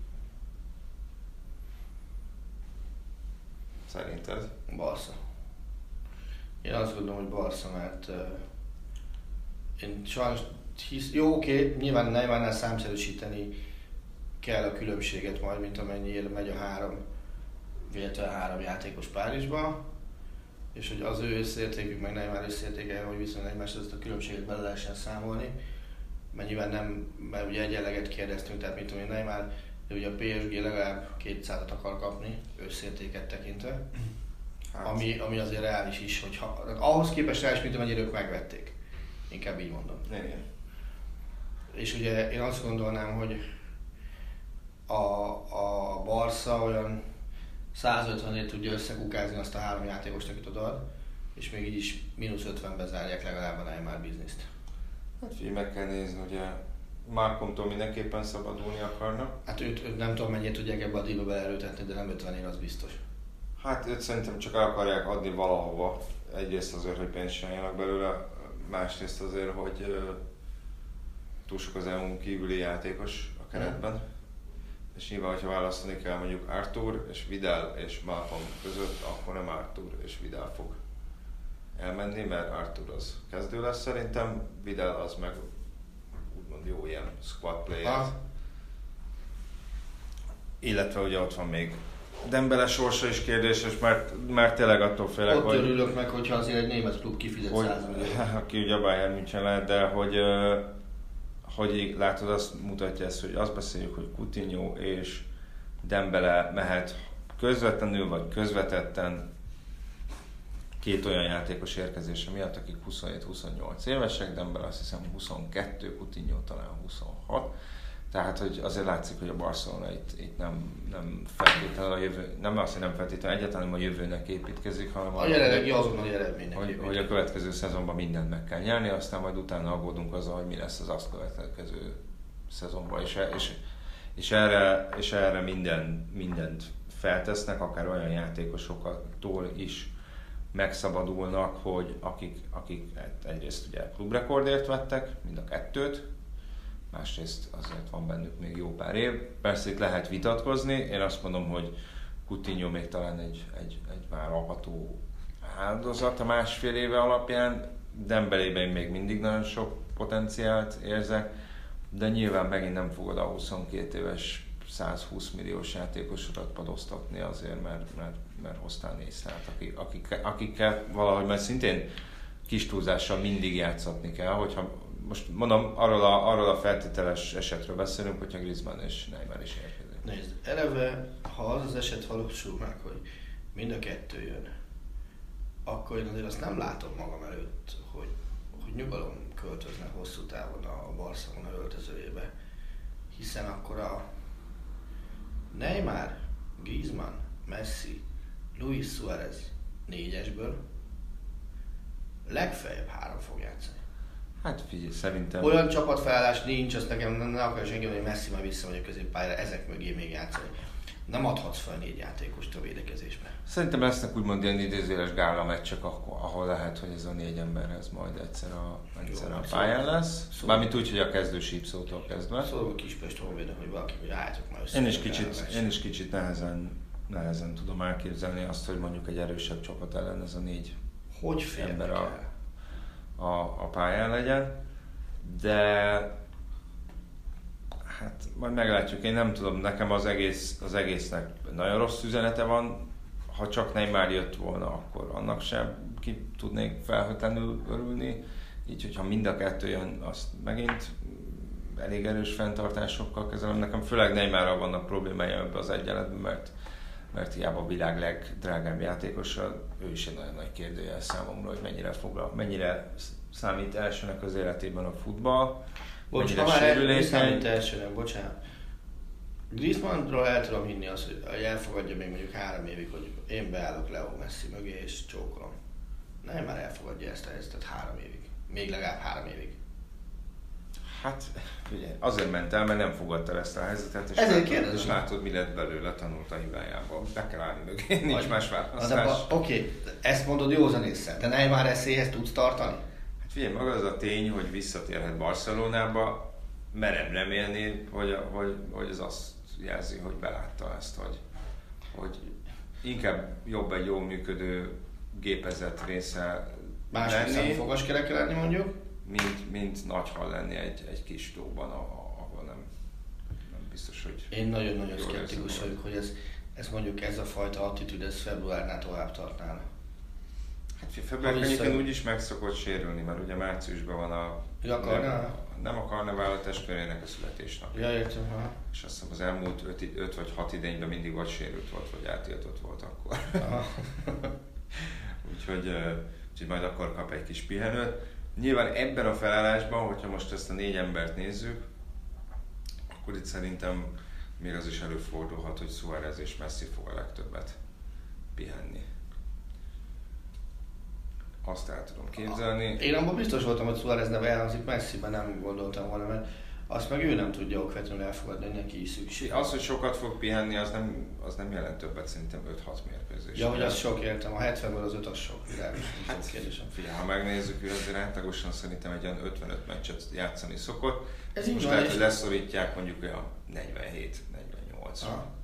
Szerinted? Barca. Én azt gondolom, hogy Barca, mert uh, én sajnos hisz, jó, oké, okay, nyilván Neymarnál számszerűsíteni kell a különbséget majd, mint amennyire megy a három, illetve a három játékos Párizsba, és hogy az ő összértékük, meg Neymar összértéke, hogy viszonylag egymáshoz ezt a különbséget bele lehessen számolni, mert nyilván nem, mert ugye egyenleget kérdeztünk, tehát mint tudom én Neymar, de ugye a pé es gé legalább kétszázat akar kapni, összértéket tekintve, hát. ami, ami azért reális is, hogy ha, ahhoz képest reális, mint amennyire ők megvették. Inkább így mondom. Igen. És ugye én azt gondolnám, hogy a, a Barca olyan százötvenért tudja összekukázni azt a három játékost, akit odaad, és még így is mínusz ötvenbe zárják legalább a Neymar bizniszt. Hát figyelj, meg kell nézni, ugye Malcolmtól mindenképpen szabadulni akarnak. Hát őt, őt nem tudom mennyit tudják ebbe a díjba beleerőtetni, de nem ötvenért, az biztos. Hát őt szerintem csak el akarják adni valahova. Egyrészt azért, hogy pénzt csináljanak belőle, másrészt azért, hogy uh, túl sok az é u-n kívüli játékos a keretben. Mm. És nyilván, hogyha választani kell mondjuk Arthur és Vidal és Malcolm között, akkor nem Arthur és Vidal fog elmenni, mert Arthur az kezdő lesz szerintem, Vidal az meg úgymond jó ilyen squad player. Ah. Illetve ugye ott van még Dembele sorsa is kérdéses, mert, mert tényleg attól félek, ott hogy... Ott örülök meg, hogyha azért egy német klub kifizet száz milliót. Aki ugye a Bayern München lehet, de hogy, hogy látod, azt mutatja ezt, hogy azt beszéljük, hogy Coutinho és Dembele mehet közvetlenül vagy közvetetten két olyan játékos érkezése miatt, akik huszonhét-huszonnyolc évesek, Dembele azt hiszem huszonkettő, Coutinho talán huszonhat. Tehát, hogy azért látszik, hogy a Barcelona itt, itt nem, nem feltétlenül a jövő, nem azt, hogy nem feltétlenül egyáltalán a jövőnek építkezik, hanem a jelenlegi azonnali eredménynek hogy, hogy a következő szezonban mindent meg kell nyerni, aztán majd utána aggódunk azzal, hogy mi lesz az azt következő szezonban, és, és, és, erre, és erre minden, mindent feltesznek, akár olyan játékosoktól is megszabadulnak, hogy akik, akik egyrészt ugye klubrekordért vettek, mind a kettőt, másrészt azért van bennük még jó pár év. Persze itt lehet vitatkozni, én azt mondom, hogy Coutinho még talán egy, egy, egy vállalható áldozat a másfél éve alapján, Dembélében én még mindig nagyon sok potenciált érzek, de nyilván megint nem fogod a huszonkét éves százhúsz milliós játékosokat padoztatni azért, mert, mert, mert hoztál néz, tehát akik, akik, akikkel valahogy majd szintén kis túlzással mindig játszatni kell, hogyha most mondom, arról a, arról a feltételes esetről beszélünk, hogyha Griezmann és Neymar is érkezik. Nézd, eleve, ha az az eset valósul meg, hogy mind a kettő jön, akkor én azért azt nem látom magam előtt, hogy, hogy nyugalom költözne hosszú távon a Barcelona öltözőjébe, hiszen akkor a Neymar, Griezmann, Messi, Luis Suárez négyesből legfeljebb három fog játszani. Hát figyelj, szerintem... Olyan csapatfelállás nincs, azt nekem nem, nem akarja senki, hogy Messi már visszamegy a középpályára, ezek mögé még játszani. Nem adhatsz fel négy játékost a védekezésbe. Szerintem lesznek úgymond ilyen idézőjeles gála meccsek, ahol lehet, hogy ez a négy emberhez majd egyszer a, egyszer Jó, a pályán szó, lesz. Szó. Mármint úgy, hogy a kezdő sípszótól kezdve. Szóval a Kispest honvédnek, hogy valaki, hogy álljátok már össze. Én is kicsit, én is kicsit nehezen, nehezen tudom elképzelni azt, hogy mondjuk egy erősebb csapat ellen ez a négy hogy ember a, a, a pályán legyen. De hát majd meglátjuk, én nem tudom, nekem az, egész, az egésznek nagyon rossz üzenete van. Ha csak Neymar jött volna, akkor annak sem ki tudnék felhőtlenül örülni. Így, hogyha mind a kettő jön, azt megint elég erős fenntartásokkal kezelem. Nekem főleg Neymarral vannak problémája ebbe az egyenletben, mert, mert hiába a világ legdrágább játékosa, ő is egy nagyon nagy kérdőjel számomra, hogy mennyire, foglal, mennyire számít elsőnek az életében a futball. Bocs, ha már el, számít elsőnek, bocsánat. Griezmannról el tudom hinni azt, hogy elfogadja még mondjuk három évig, hogy én beállok Leo Messi mögé és csókolom. Nem, már elfogadja ezt a helyzetet három évig. Még legalább három évig. Hát, ugye, azért ment el, mert nem fogadta el ezt a helyzetet, és, látod, látod, és látod, mi lett belőle, tanult a hibájából. Be kell állni mögé, nincs Vagy, más választás. Oké, okay, ezt mondod józanésszel, de nem már eszélyhez tudsz tartani? Hát figyelj, maga az a tény, hogy visszatérhet Barcelonába, merem remélni, hogy, hogy, hogy ez azt jelzi, hogy belátta ezt, hogy, hogy inkább jobb egy jól működő gépezet része Másik szemfogaskereke lenni mondjuk? Mint, mint nagyhal lenni egy, egy kis tóban, ahol nem, nem biztos, hogy... Én nagyon-nagyon szkeptikus vagyok, hogy ez, ez mondjuk ez a fajta attitűd, ez februárnál tovább tartnál. Hát február környékén úgyis meg szokott sérülni, mert ugye márciusban van a... Ja, nem, nem a karnevál, a testvérének a születésnapja. Ja, értem, ha. És azt hiszem az elmúlt öt vagy hat idényben mindig vagy sérült volt, vagy átiltott volt akkor. úgyhogy, úgyhogy majd akkor kap egy kis pihenőt. Nyilván ebben a felállásban, hogyha most ezt a négy embert nézzük, akkor itt szerintem még az is előfordulhat, hogy Suárez és Messi fog a legtöbbet pihenni. Azt el tudom képzelni. Én abban biztos voltam, hogy Suárez neve elhangzik, Messiben nem gondoltam volna, mert azt meg ő nem tudja okvetlenül elfogadni, hogy neki is szükség. Az, hogy sokat fog pihenni, az nem, az nem jelent többet, szerintem öt-hat mérkőzés. Ja, hogy az sok, értem, a hetvenből az öt az sok. Hát kérdésem. Figyelj, ha megnézzük, ő azért átlagosan szerintem egy olyan ötvenöt meccset játszani szokott. Ez most lehet, hogy leszorítják mondjuk olyan negyvenhét negyvennyolc.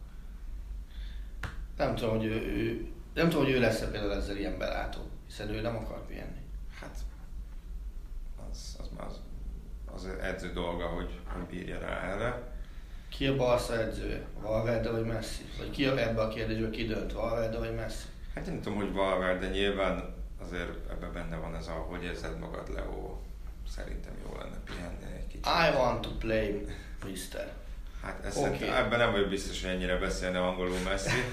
Nem tudom, hogy ő, ő, nem tudom, hogy ő lesz például ezzel ilyen belátó, hiszen ő nem akar pihenni. Hát, az, az már az, az edző dolga, hogy, hogy bírja rá erre. Ki a Barca edzője? Valverde vagy Messi? Vagy ki ebbe a kérdésben ki dönt? Valverde vagy Messi? Hát én nem tudom, hogy Valverde, nyilván azért ebben benne van ez a, hogy érzed magad, Leo, szerintem jó lenne pihenni egy kicsit. I want to play, mister. Hát ez okay. Ebben nem vagyok biztos, hogy ennyire beszélne angolul Messi,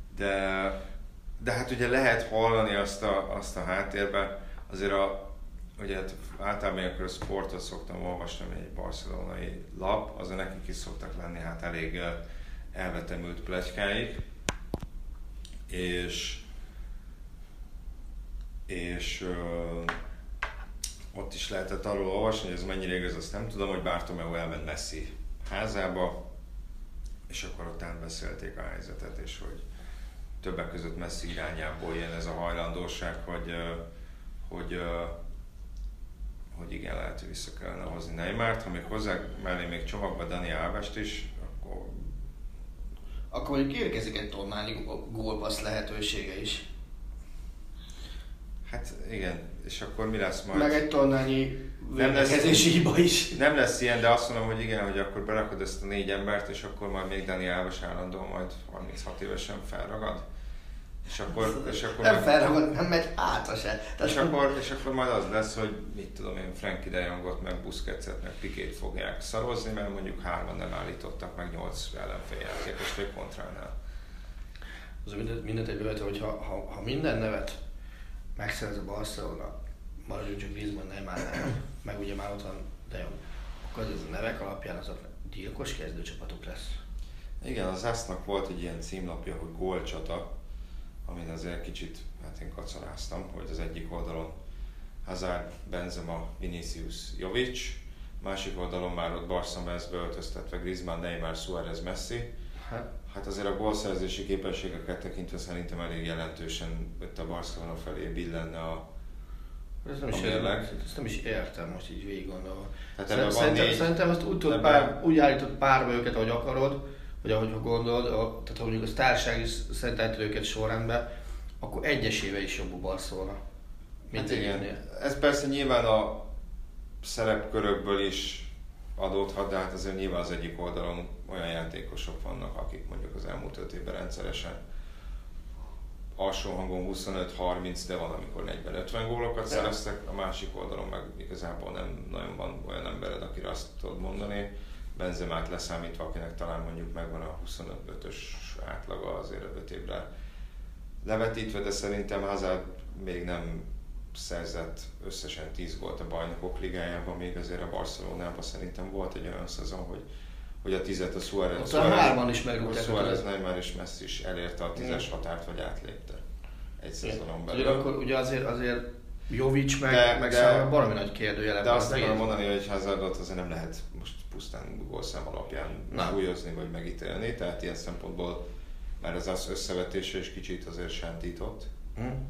de, de hát ugye lehet hallani azt a, azt a háttérben, azért a, ugye hát általában amikor a sportot szoktam olvasni, egy barcelonai lap, azon nekik is szoktak lenni hát elég elvetemült pletykáik, és és ö, ott is lehetett arról olvasni, hogy ez mennyire igaz, azt nem tudom, hogy Bartomeu elment Messi házába, és akkor ott átbeszélték a helyzetet, és hogy többek között Messi irányából jön ez a hajlandóság, hogy, hogy, hogy igen, lehet, hogy vissza kellene hozni Neymart. Ha még hozzá mellé még csomagba Dani Alvest is, akkor... Akkor mondjuk érkezik egy tonnányi gólpassz lehetősége is. Hát igen, és akkor mi lesz majd? Meg egy tonnányi védekezési hiba is. Nem lesz ilyen, de azt mondom, hogy igen, hogy akkor berakod ezt a négy embert, és akkor majd még Dani Alves állandóan majd harminchat évesen felragad. És akkor, és akkor nem meg... felragad, nem megy hátra se. És akkor, és akkor majd az lesz, hogy mit tudom én, Frenkie de Jongot, meg Busquetset, meg Pikét fogják szarozni, mert mondjuk hárman nem állítottak meg nyolc ellenféljátékost, vagy kontránál. Az mindent, mindent egy hogy ha, ha, ha minden nevet megszerez a Barcelona, maradjunk csak Griezmann, Neymar, nem, meg ugye már ott van de Jong, akkor az a nevek alapján azok gyilkos kezdőcsapatok lesz. Igen, az ásznak volt egy ilyen címlapja, hogy gólcsata, amin azért kicsit, hát én kacaráztam, hogy az egyik oldalon Hazard, Benzema, Vinicius, Jovic, másik oldalon már ott Barca mezbe öltöztetve Griezmann, Neymar, Suárez, Messi. Hát, hát azért a gólszerzési képességeket tekintve szerintem elég jelentősen itt a Barcelona felé billenne a, ezt nem, a is mérleg. értem, ezt nem is értem most így végig gondolva. Hát szerintem, négy, szerintem azt úgy, tudod, pár, úgy állítod párba őket, ahogy akarod, vagy ahogy ha gondolod, a, tehát ha mondjuk a sztárság is szentelted őket sorrendben, akkor egyesével is jobb a Barcelona. Hát igen. Ez persze nyilván a szerepkörökből is adódhat, de hát azért nyilván az egyik oldalon olyan játékosok vannak, akik mondjuk az elmúlt öt évben rendszeresen alsó hangon huszonöt harminc, de van, amikor negyven-ötven gólokat szereztek, a másik oldalon meg igazából nem nagyon van olyan embered, akire azt tudod mondani. Benzemát leszámítva, akinek talán mondjuk megvan a huszonötös átlaga azért öt évre levetítve, de szerintem Hazard még nem szerzett összesen tíz gólt a Bajnokok Ligájában, még azért a Barcelonában szerintem volt egy olyan szezon, hogy, hogy a tízet a Suárez, a hárman is megrúgták. Suárez, Neymar és Messi is elérte a tízes határt, vagy átlépte egy szezonon belül. Ugye akkor ugye azért, azért Jovic meg, de, meg de, számomra baromi nagy kérdőjele. De azt akarom mondani, hogy Hazardot azért nem lehet most pusztán gólszám alapján súlyozni vagy megítélni, tehát ilyen szempontból már ez az összevetése is kicsit azért sántított. Hmm.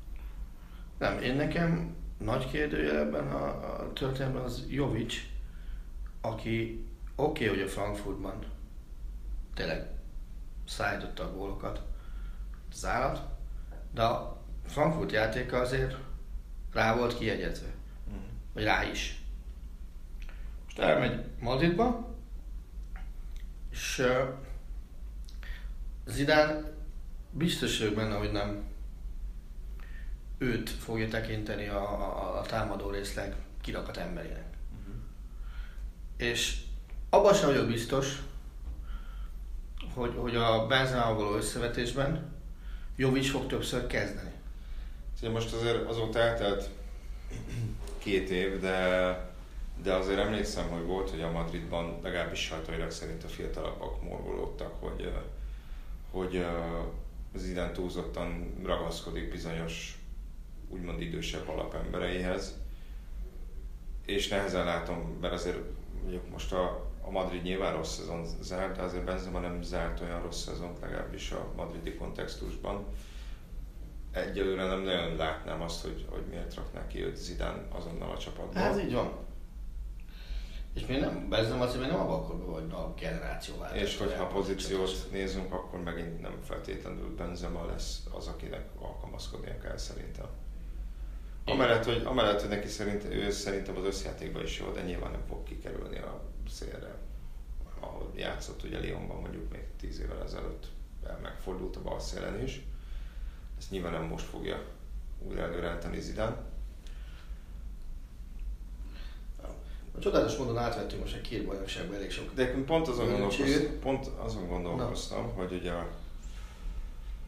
Nem, én nekem nagy kérdőjel ebben a, a történetben az Jovic, aki oké, okay, hogy a Frankfurtban tényleg szállította a gólokat, az állat, de a Frankfurt játéka azért rá volt kiegyezve, mm. vagy rá is. Most elmegy Madridba, és uh, Zidane biztos vagyok benne, hogy nem őt fogja tekinteni a, a, a támadó részleg kirakat emberének. Uh-huh. És abban sem vagyok biztos, hogy, hogy a Benzemával való összevetésben Jovic fog többször kezdeni. Most azért azóta eltelt két év, de, de azért emlékszem, hogy volt, hogy a Madridban legalábbis sajtóilag szerint a fiatalabbak morgolódtak, hogy, hogy Zidane túlzottan ragaszkodik bizonyos úgymond idősebb alapembereihez. És nehezen látom, mert azért mondjuk most a, a Madrid nyilván rossz szezon zárt, de azért Benzema nem zárt olyan rossz szezont, legalábbis a madridi kontextusban. Egyelőre nem nagyon látnám azt, hogy, hogy miért rakná ki őt Zidane azonnal a csapatban. Ez így van. És még nem, Benzema azért még nem abban akkor vagy a generációváltás. És hogyha a pozíciót nézzünk, akkor megint nem feltétlenül Benzema lesz az, akinek alkalmazkodnia kell szerintem. Amellett, hogy, amellett, hogy neki szerint, ő szerintem az összjátékban is jó, de nyilván nem fog kikerülni a szélre, ahol játszott ugye Lyonban mondjuk még tíz évvel ezelőtt, megfordult a bal szélen is. Ezt nyilván nem most fogja újra előreállítani Zidane. A csodálatos módon átvettünk most egy két bajnokságban elég sok. De pont azon gondolkoztam, pont azon gondolkoztam hogy ugye a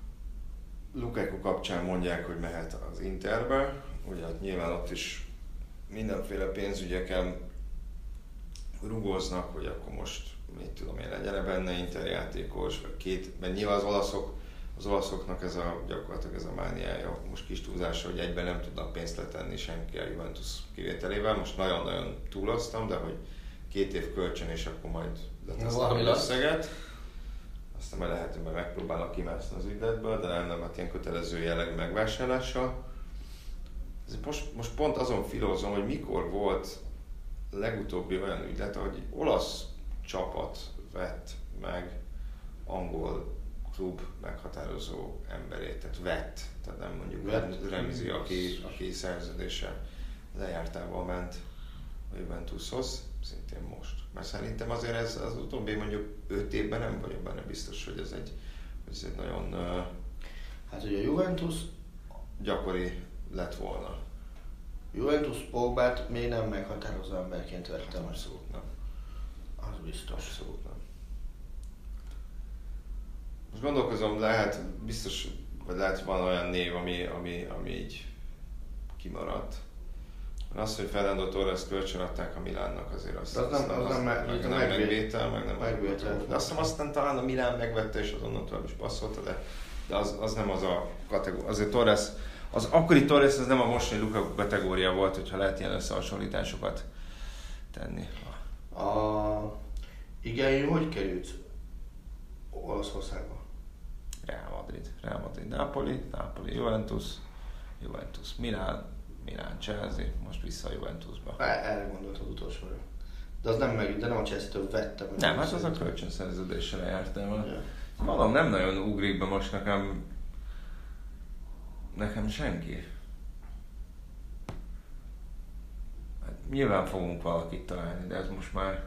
Lukaku kapcsán mondják, hogy mehet az Interbe, ugye nyilván ott is mindenféle pénzügyeken rugóznak, hogy akkor most mit tudom én, legyen benne interjátékos, vagy két, mert nyilván az olaszok, az olaszoknak ez a, gyakorlatilag ez a mániája, most kis túlzásra, hogy egyben nem tudnak pénzt letenni senki a Juventus kivételével, most nagyon-nagyon túloztam, de hogy két év kölcsön és akkor majd letesznek az összeget. Aztán majd lehet, hogy megpróbálnak kimászni az ügyletből, de nem, nem, hát ilyen kötelező jellegű megvásárlással. Most, most pont azon filózom, hogy mikor volt legutóbbi olyan ügylet, hogy olasz csapat vett meg angol klub meghatározó emberét, tehát vett, tehát nem mondjuk vett. Remzi, aki, aki szerződése lejártával ment a Juventushoz, szintén most. Mert szerintem azért ez az utóbbi mondjuk öt évben nem vagyok benne biztos, hogy ez egy, ez egy nagyon uh, hát ugye a Juventus gyakori lett volna. Juventus Pogbát még nem meghatározó emberként vettem. Abszolút nem. Az biztos. Abszolút nem. Most gondolkozom, lehet, biztos, vagy lehet van olyan név, ami, ami, ami így kimaradt. Az, hogy Fernando Torres kölcsön adták a Milánnak, azért azt az nem, az, az nem, meg, meg, nem megvétel, meg nem megvétel. De azt hiszem aztán talán a Milán megvette és azonnal tovább is passzolta, de, de az, az nem az a kategória. Azért Torres, az akkori Torres az nem a mostani Lukaku kategória volt, hogyha lehet ilyen összehasonlításokat tenni. A... Igen, hogy került Olaszországba? Real Madrid, Real Madrid, Napoli, Napoli, Juventus, Juventus, Milán, Milán, Chelsea, most vissza a Juventusba. Erre gondoltam az utolsóra. De az nem meg, de nem a Chelsea-től vettem. Nem, hát az a kölcsönszerződéssel jártam. Ja. Valami nem nagyon ugrik be most nekem, nekem senki. Hát nyilván fogunk valakit találni, de ez most már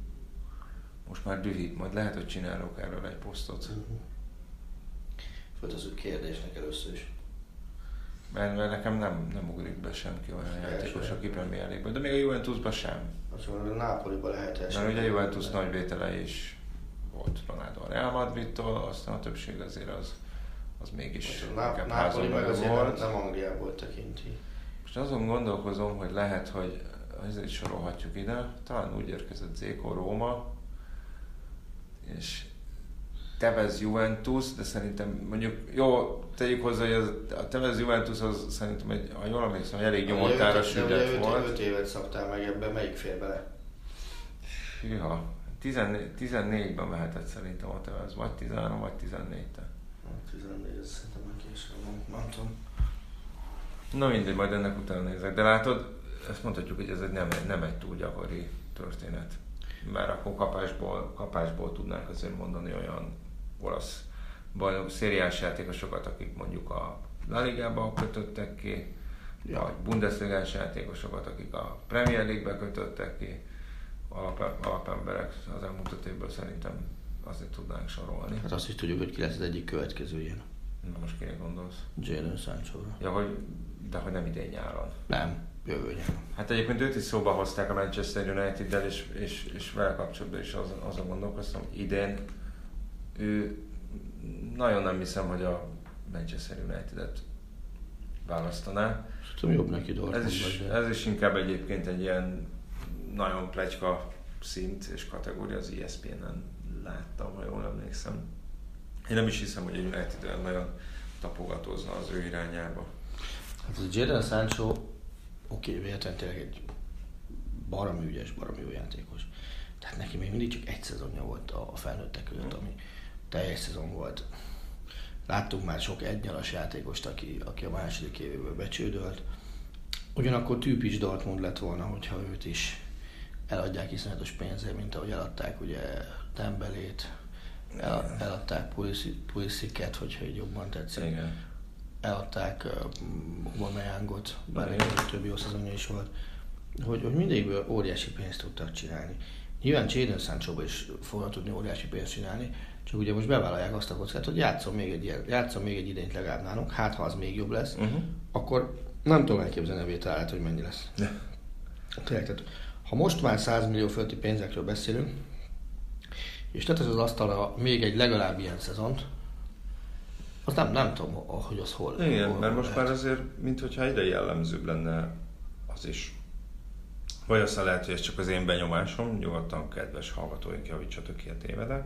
most már dühít, majd lehet, hogy csinálok erről egy posztot. Uh-huh. Föltesszük kérdésnek először is. Mert, mert nekem nem, nem ugrik be senki olyan Első játékos, aki Premier League-ből, de még a Juventusban sem. Azt mondom, a Napoliban lehet esetleg. Mert ugye a Juventus nagy vétele is volt Ronaldo a Real Madridtól, aztán a többség azért az, az mégis inkább Napoli meg azért volt. Nem, nem Angliából tekinti. Most azon gondolkozom, hogy lehet, hogy ezért is sorolhatjuk ide, talán úgy érkezett Dzeko Róma, és Tevez Juventus, de szerintem mondjuk, jó, tegyük hozzá, hogy az, a Tevez Juventus az szerintem egy, ha jól emlékszem, elég nyomortáros ügylet volt. öt évet szabtál meg ebben, melyik fér bele? Hűha, tizennégyben mehetett szerintem a Tevez, vagy tizenhárom, vagy tizennégyben. tizennégy, ez szerintem már később, nem tudom. Na mindegy, majd ennek utána nézek, de látod, ezt mondhatjuk, hogy ez egy nem, nem egy túl gyakori történet. Mert akkor kapásból, kapásból tudnánk azért mondani olyan olasz bajnok, szériás játékosokat, akik mondjuk a La Ligába kötöttek ki, ja. vagy Bundesligás játékosokat, akik a Premier League-be kötöttek ki, alap, alapemberek az elmúlt öt évből szerintem azért tudnánk sorolni. Hát azt is tudjuk, hogy ki lesz az egyik következő ilyen. Na most kire gondolsz? Jadon Sancho-ra. Ja, hogy, de hogy nem idén nyáron. Nem. Jövő nyáron. Hát egyébként őt is szóba hozták a Manchester United-del, és, és, és vele kapcsolatban is azon, azon gondolkoztam, hogy idén ő nagyon nem hiszem, hogy a Manchester United-et választaná. Tudom, jobb neki Dortmund. Ez is, ez is inkább egyébként egy ilyen nagyon pletyka szint és kategória, az E S P N-en láttam, ha jól emlékszem. Én nem is hiszem, hogy a United olyan nagyon tapogatózna az ő irányába. Hát az Jadon Sancho oké, okay, véletlenül tényleg egy baromi ügyes, baromi jó játékos. Tehát neki még mindig csak egy szezonja volt a felnőttek között, ami teljes szezon volt. Láttunk már sok egynyaras játékost, aki, aki a második évéből becsődölt. Ugyanakkor tűpis Dortmund lett volna, hogyha őt is eladják iszonyatos pénzért, mint ahogy eladták ugye Dembélét, el, eladták Pulisic-et, hogyha így jobban tetszik. Igen. Eladták uh, Aubameyangot, bár egy több jó szezonja is volt, hogy, hogy mindegyikből óriási pénzt tudtak csinálni. Nyilván Jadon Sanchóba is fognak tudni óriási pénzt csinálni, csak ugye most bevállalják azt a kockát, hogy játszom még egy, ilyen, játszom még egy idényt legalább nálunk, hát ha az még jobb lesz, uh-huh. akkor nem tudom elképzelni a vételállat, hogy mennyi lesz. Tényleg, tehát, ha most már száz millió fölötti pénzekről beszélünk, és tetesz az asztalra még egy legalább ilyen szezont, azt nem, nem tudom, hogy az hol. Igen, hol mert most lehet. már azért, minthogyha egyre jellemzőbb lenne az is, Vagy aztán lehet, hogy ez csak az én benyomásom, nyugodtan kedves hallgatóink, javítsatok ki, a tévedek,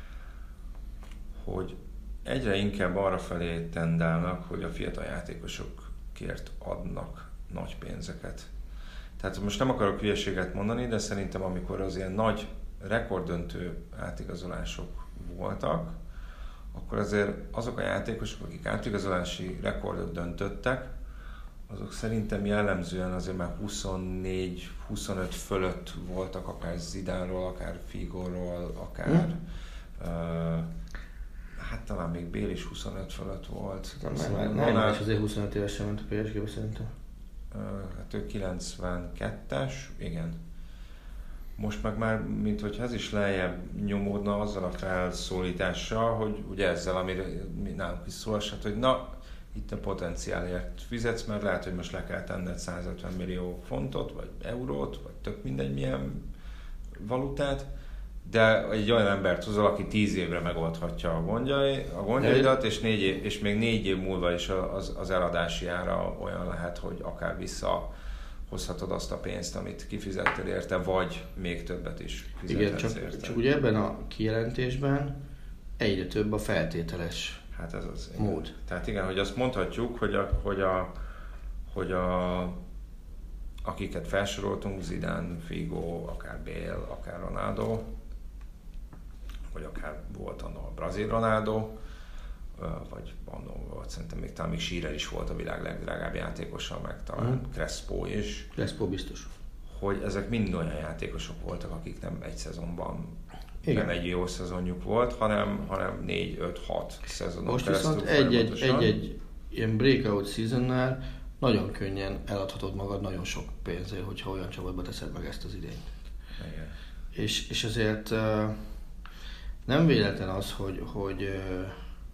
hogy egyre inkább arra felé tendálnak, hogy a fiatal játékosokért adnak nagy pénzeket. Tehát most nem akarok hülyeséget mondani, de szerintem amikor az ilyen nagy rekorddöntő átigazolások voltak, akkor azért azok a játékosok, akik átigazolási rekordot döntöttek, azok szerintem jellemzően azért már huszonnégy huszonöt fölött voltak, akár Zidánról, akár Figoról, akár hmm. uh, hát talán még Bél is huszonöt fölött volt. Nem, nem, és azért huszonöt évesen ment a pé es gé-be szerintem. Uh, hát ő kilencvenkettes, igen. Most meg már, mint hogy ez is lejjebb nyomódna azzal a felszólítással, hogy ugye ezzel, amire nálunk is szól, hát, hogy na, itt a potenciálért fizetsz, mert lehet, hogy most le kell tenned százötven millió fontot, vagy eurót, vagy tök mindegy milyen valutát, de egy olyan embert hozol, aki tíz évre megoldhatja a, gondjai, a gondjaidat, és, négy év, és még négy év múlva is az, az eladási ára olyan lehet, hogy akár visszahozhatod azt a pénzt, amit kifizettél érte, vagy még többet is fizethetsz érte. Igen, csak, csak ugye ebben a kijelentésben egyre több a feltételes hát ez az, mód. Igen. Tehát igen, hogy azt mondhatjuk, hogy a, hogy a, hogy a akiket felsoroltunk, Zidane, Figo, akár Bale, akár Ronaldo, vagy akár volt anno a brazil Ronaldo, vagy annó volt, szerintem még talán még Shearer is volt a világ legdrágább játékosa, meg talán mm. Crespo is. Crespo biztos. Hogy ezek mind olyan játékosok voltak, akik nem egy szezonban, igen. nem egy jó szezonjuk volt, hanem, hanem négy, öt, hat szezonon most keresztül. Most viszont egy-egy, egy-egy ilyen breakout seasonnál nagyon könnyen eladhatod magad nagyon sok pénzért, hogyha olyan csapatba teszed meg ezt az idényt. Igen. És, és ezért uh, nem véletlen az, hogy, hogy uh,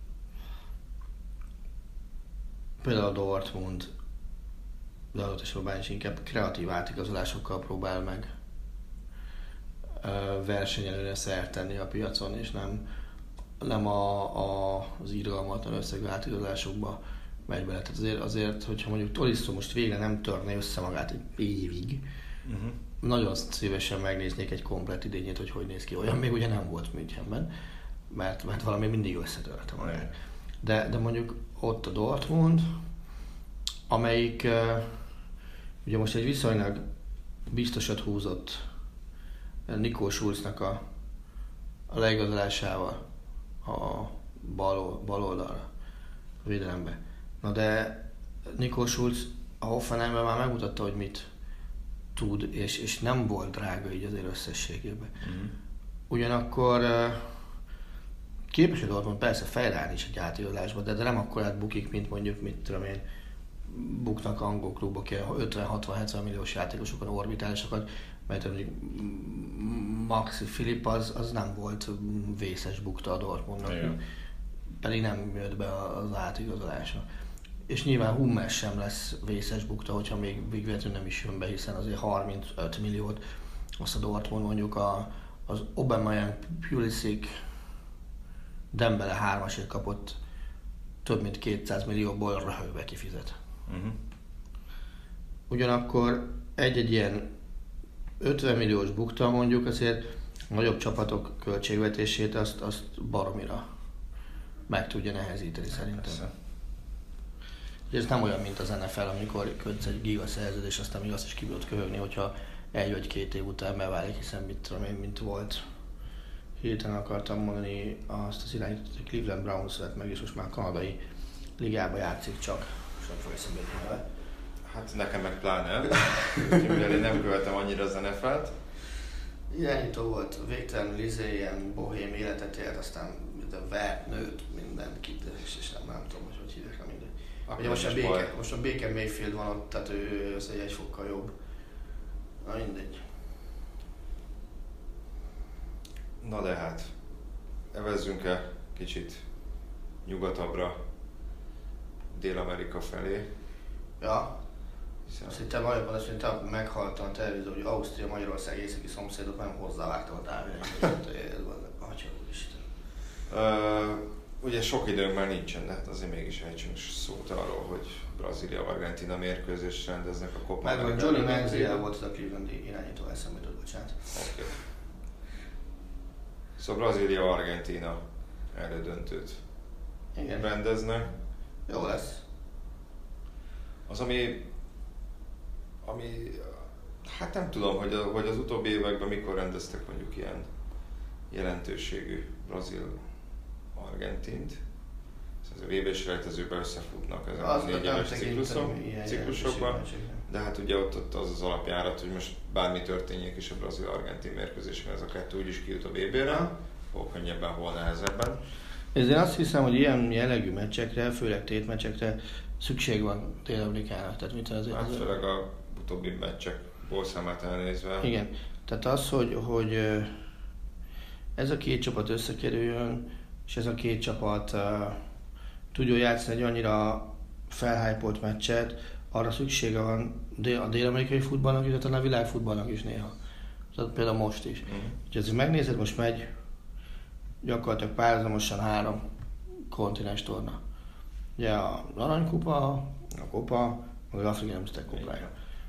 például a Dortmund, de adott esetben is inkább kreatív átigazolásokkal próbál meg uh, versenyelőre szert tenni a piacon, és nem, nem a, a, az irgalmatlan összegű átigazolásokba megy bele. Tehát azért, azért, hogyha mondjuk Tolisso most végre nem törné össze magát egy évig, uh-huh. nagyon szívesen megnéznék egy komplett idényét, hogy hogy néz ki. Olyan még ugye nem volt Münchenben, mert, mert valami mindig összetörte magát. De, de mondjuk ott a Dortmund, amelyik uh, ugye most egy viszonylag biztosat húzott Nico Schulznak a, a leigazolásával a bal, bal oldalra, a védelembe. Na de Nico Schulz a Hoffenheimben már megmutatta, hogy mit tud, és, és nem volt drága így azért összességében. Mm. Ugyanakkor uh, képes a Dortmund persze fejlelni is egy átigazolásba, de, de nem akkorát bukik, mint mondjuk, mit tudom én, buknak angol klubok, ötven hatvan hetven milliós játékosokon orbitálisokat, mert mondjuk Maxi Philipp az, az nem volt vészes bukta a Dortmundnak, igen. Pedig nem jött be az átigazolása. És nyilván Hummels sem lesz vészes bukta, hogyha még végvetlenül nem is jön be, hiszen azért harmincöt milliót azt a Dortmund mondjuk a, az Aubameyang, Pulisic, Dembele hármasért kapott több mint kétszáz millióból röhögve kifizet. Uh-huh. Ugyanakkor egy-egy ilyen ötven milliós bukta mondjuk azért a nagyobb csapatok költségvetését azt, azt baromira meg tudja nehezíteni szerintem. Persze. Ez nem olyan, mint az en ef el, amikor kötsz egy giga szerződés, aztán még azt is ki tudod köhögni, hogyha egy vagy két év után beválik, hiszen mit tudom én, mint volt. Hirtelen akartam mondani azt az irányítót, hogy Cleveland Browns vett meg, és most már kanadai ligába játszik csak. Sem fog eszembe jutni neve. Hát nekem meg pláne, mivel én nem követem annyira az en ef el-t. Irányító volt, végtelen Lizé, ilyen bohém életet élt, aztán vert, nőtt, mindent kit, és, és nem, nem tudom, hogy hogy hívják, nem mindegy. Ugye most a, Baker, most a Baker Mayfield van ott, tehát ő az egy fokkal jobb. Na mindegy. Na de hát, evezzünk-e kicsit nyugatabbra, Dél-Amerika felé? Ja. Hiszen... Szerintem valójában azt mondta, hogy meghaltam a televízió, hogy Ausztria, Magyarország északi szomszédok nem hozzávágtam a távirányítót. Atya úristen. ugye sok időnk már nincsen, de hát azért mégis ejtsünk szót arról, hogy Brazília-Argentína mérkőzést rendeznek a Copa Meg America. Johnny Manziel volt a Clevelandi irányító, eszembe jutott, bocsánat. Okay. Szóval Brazília-Argentína elődöntőt Igen. rendeznek. Jó lesz. Az, ami, ami, hát nem tudom, hogy, a, hogy az utóbbi években mikor rendeztek mondjuk ilyen jelentőségű brazil-argentint. Ez a vé bé-s rejtezőben összefutnak ezek a négy éves ciklusokban, de hát ugye ott, ott az az alapjárat, hogy most bármi történjék is a brazil-argentin mérkőzésen, ez a kettő úgyis kijut a vé bé-re, hol könnyebben, hol nehezebben. Ezért azt hiszem, hogy ilyen jellegű meccsekre, főleg tétmeccsekre szükség van Dél-Amerikának. Tehát mit azért hát főleg a utóbbi meccsek bólszámát elnézve. Igen. Tehát az, hogy, hogy ez a két csapat összekerüljön, és ez a két csapat uh, tudjon játszani egy annyira felhypolt meccset, arra szüksége van a dél-amerikai futballnak, illetve a világfutballnak is néha. Tehát például most is. Mm. Úgyhogy azért megnézed, most megy gyakorlatilag párhuzamosan három kontinens torna. Ugye a Aranykupa, a Kopa, meg az Afrikai Nemzetek Kupája.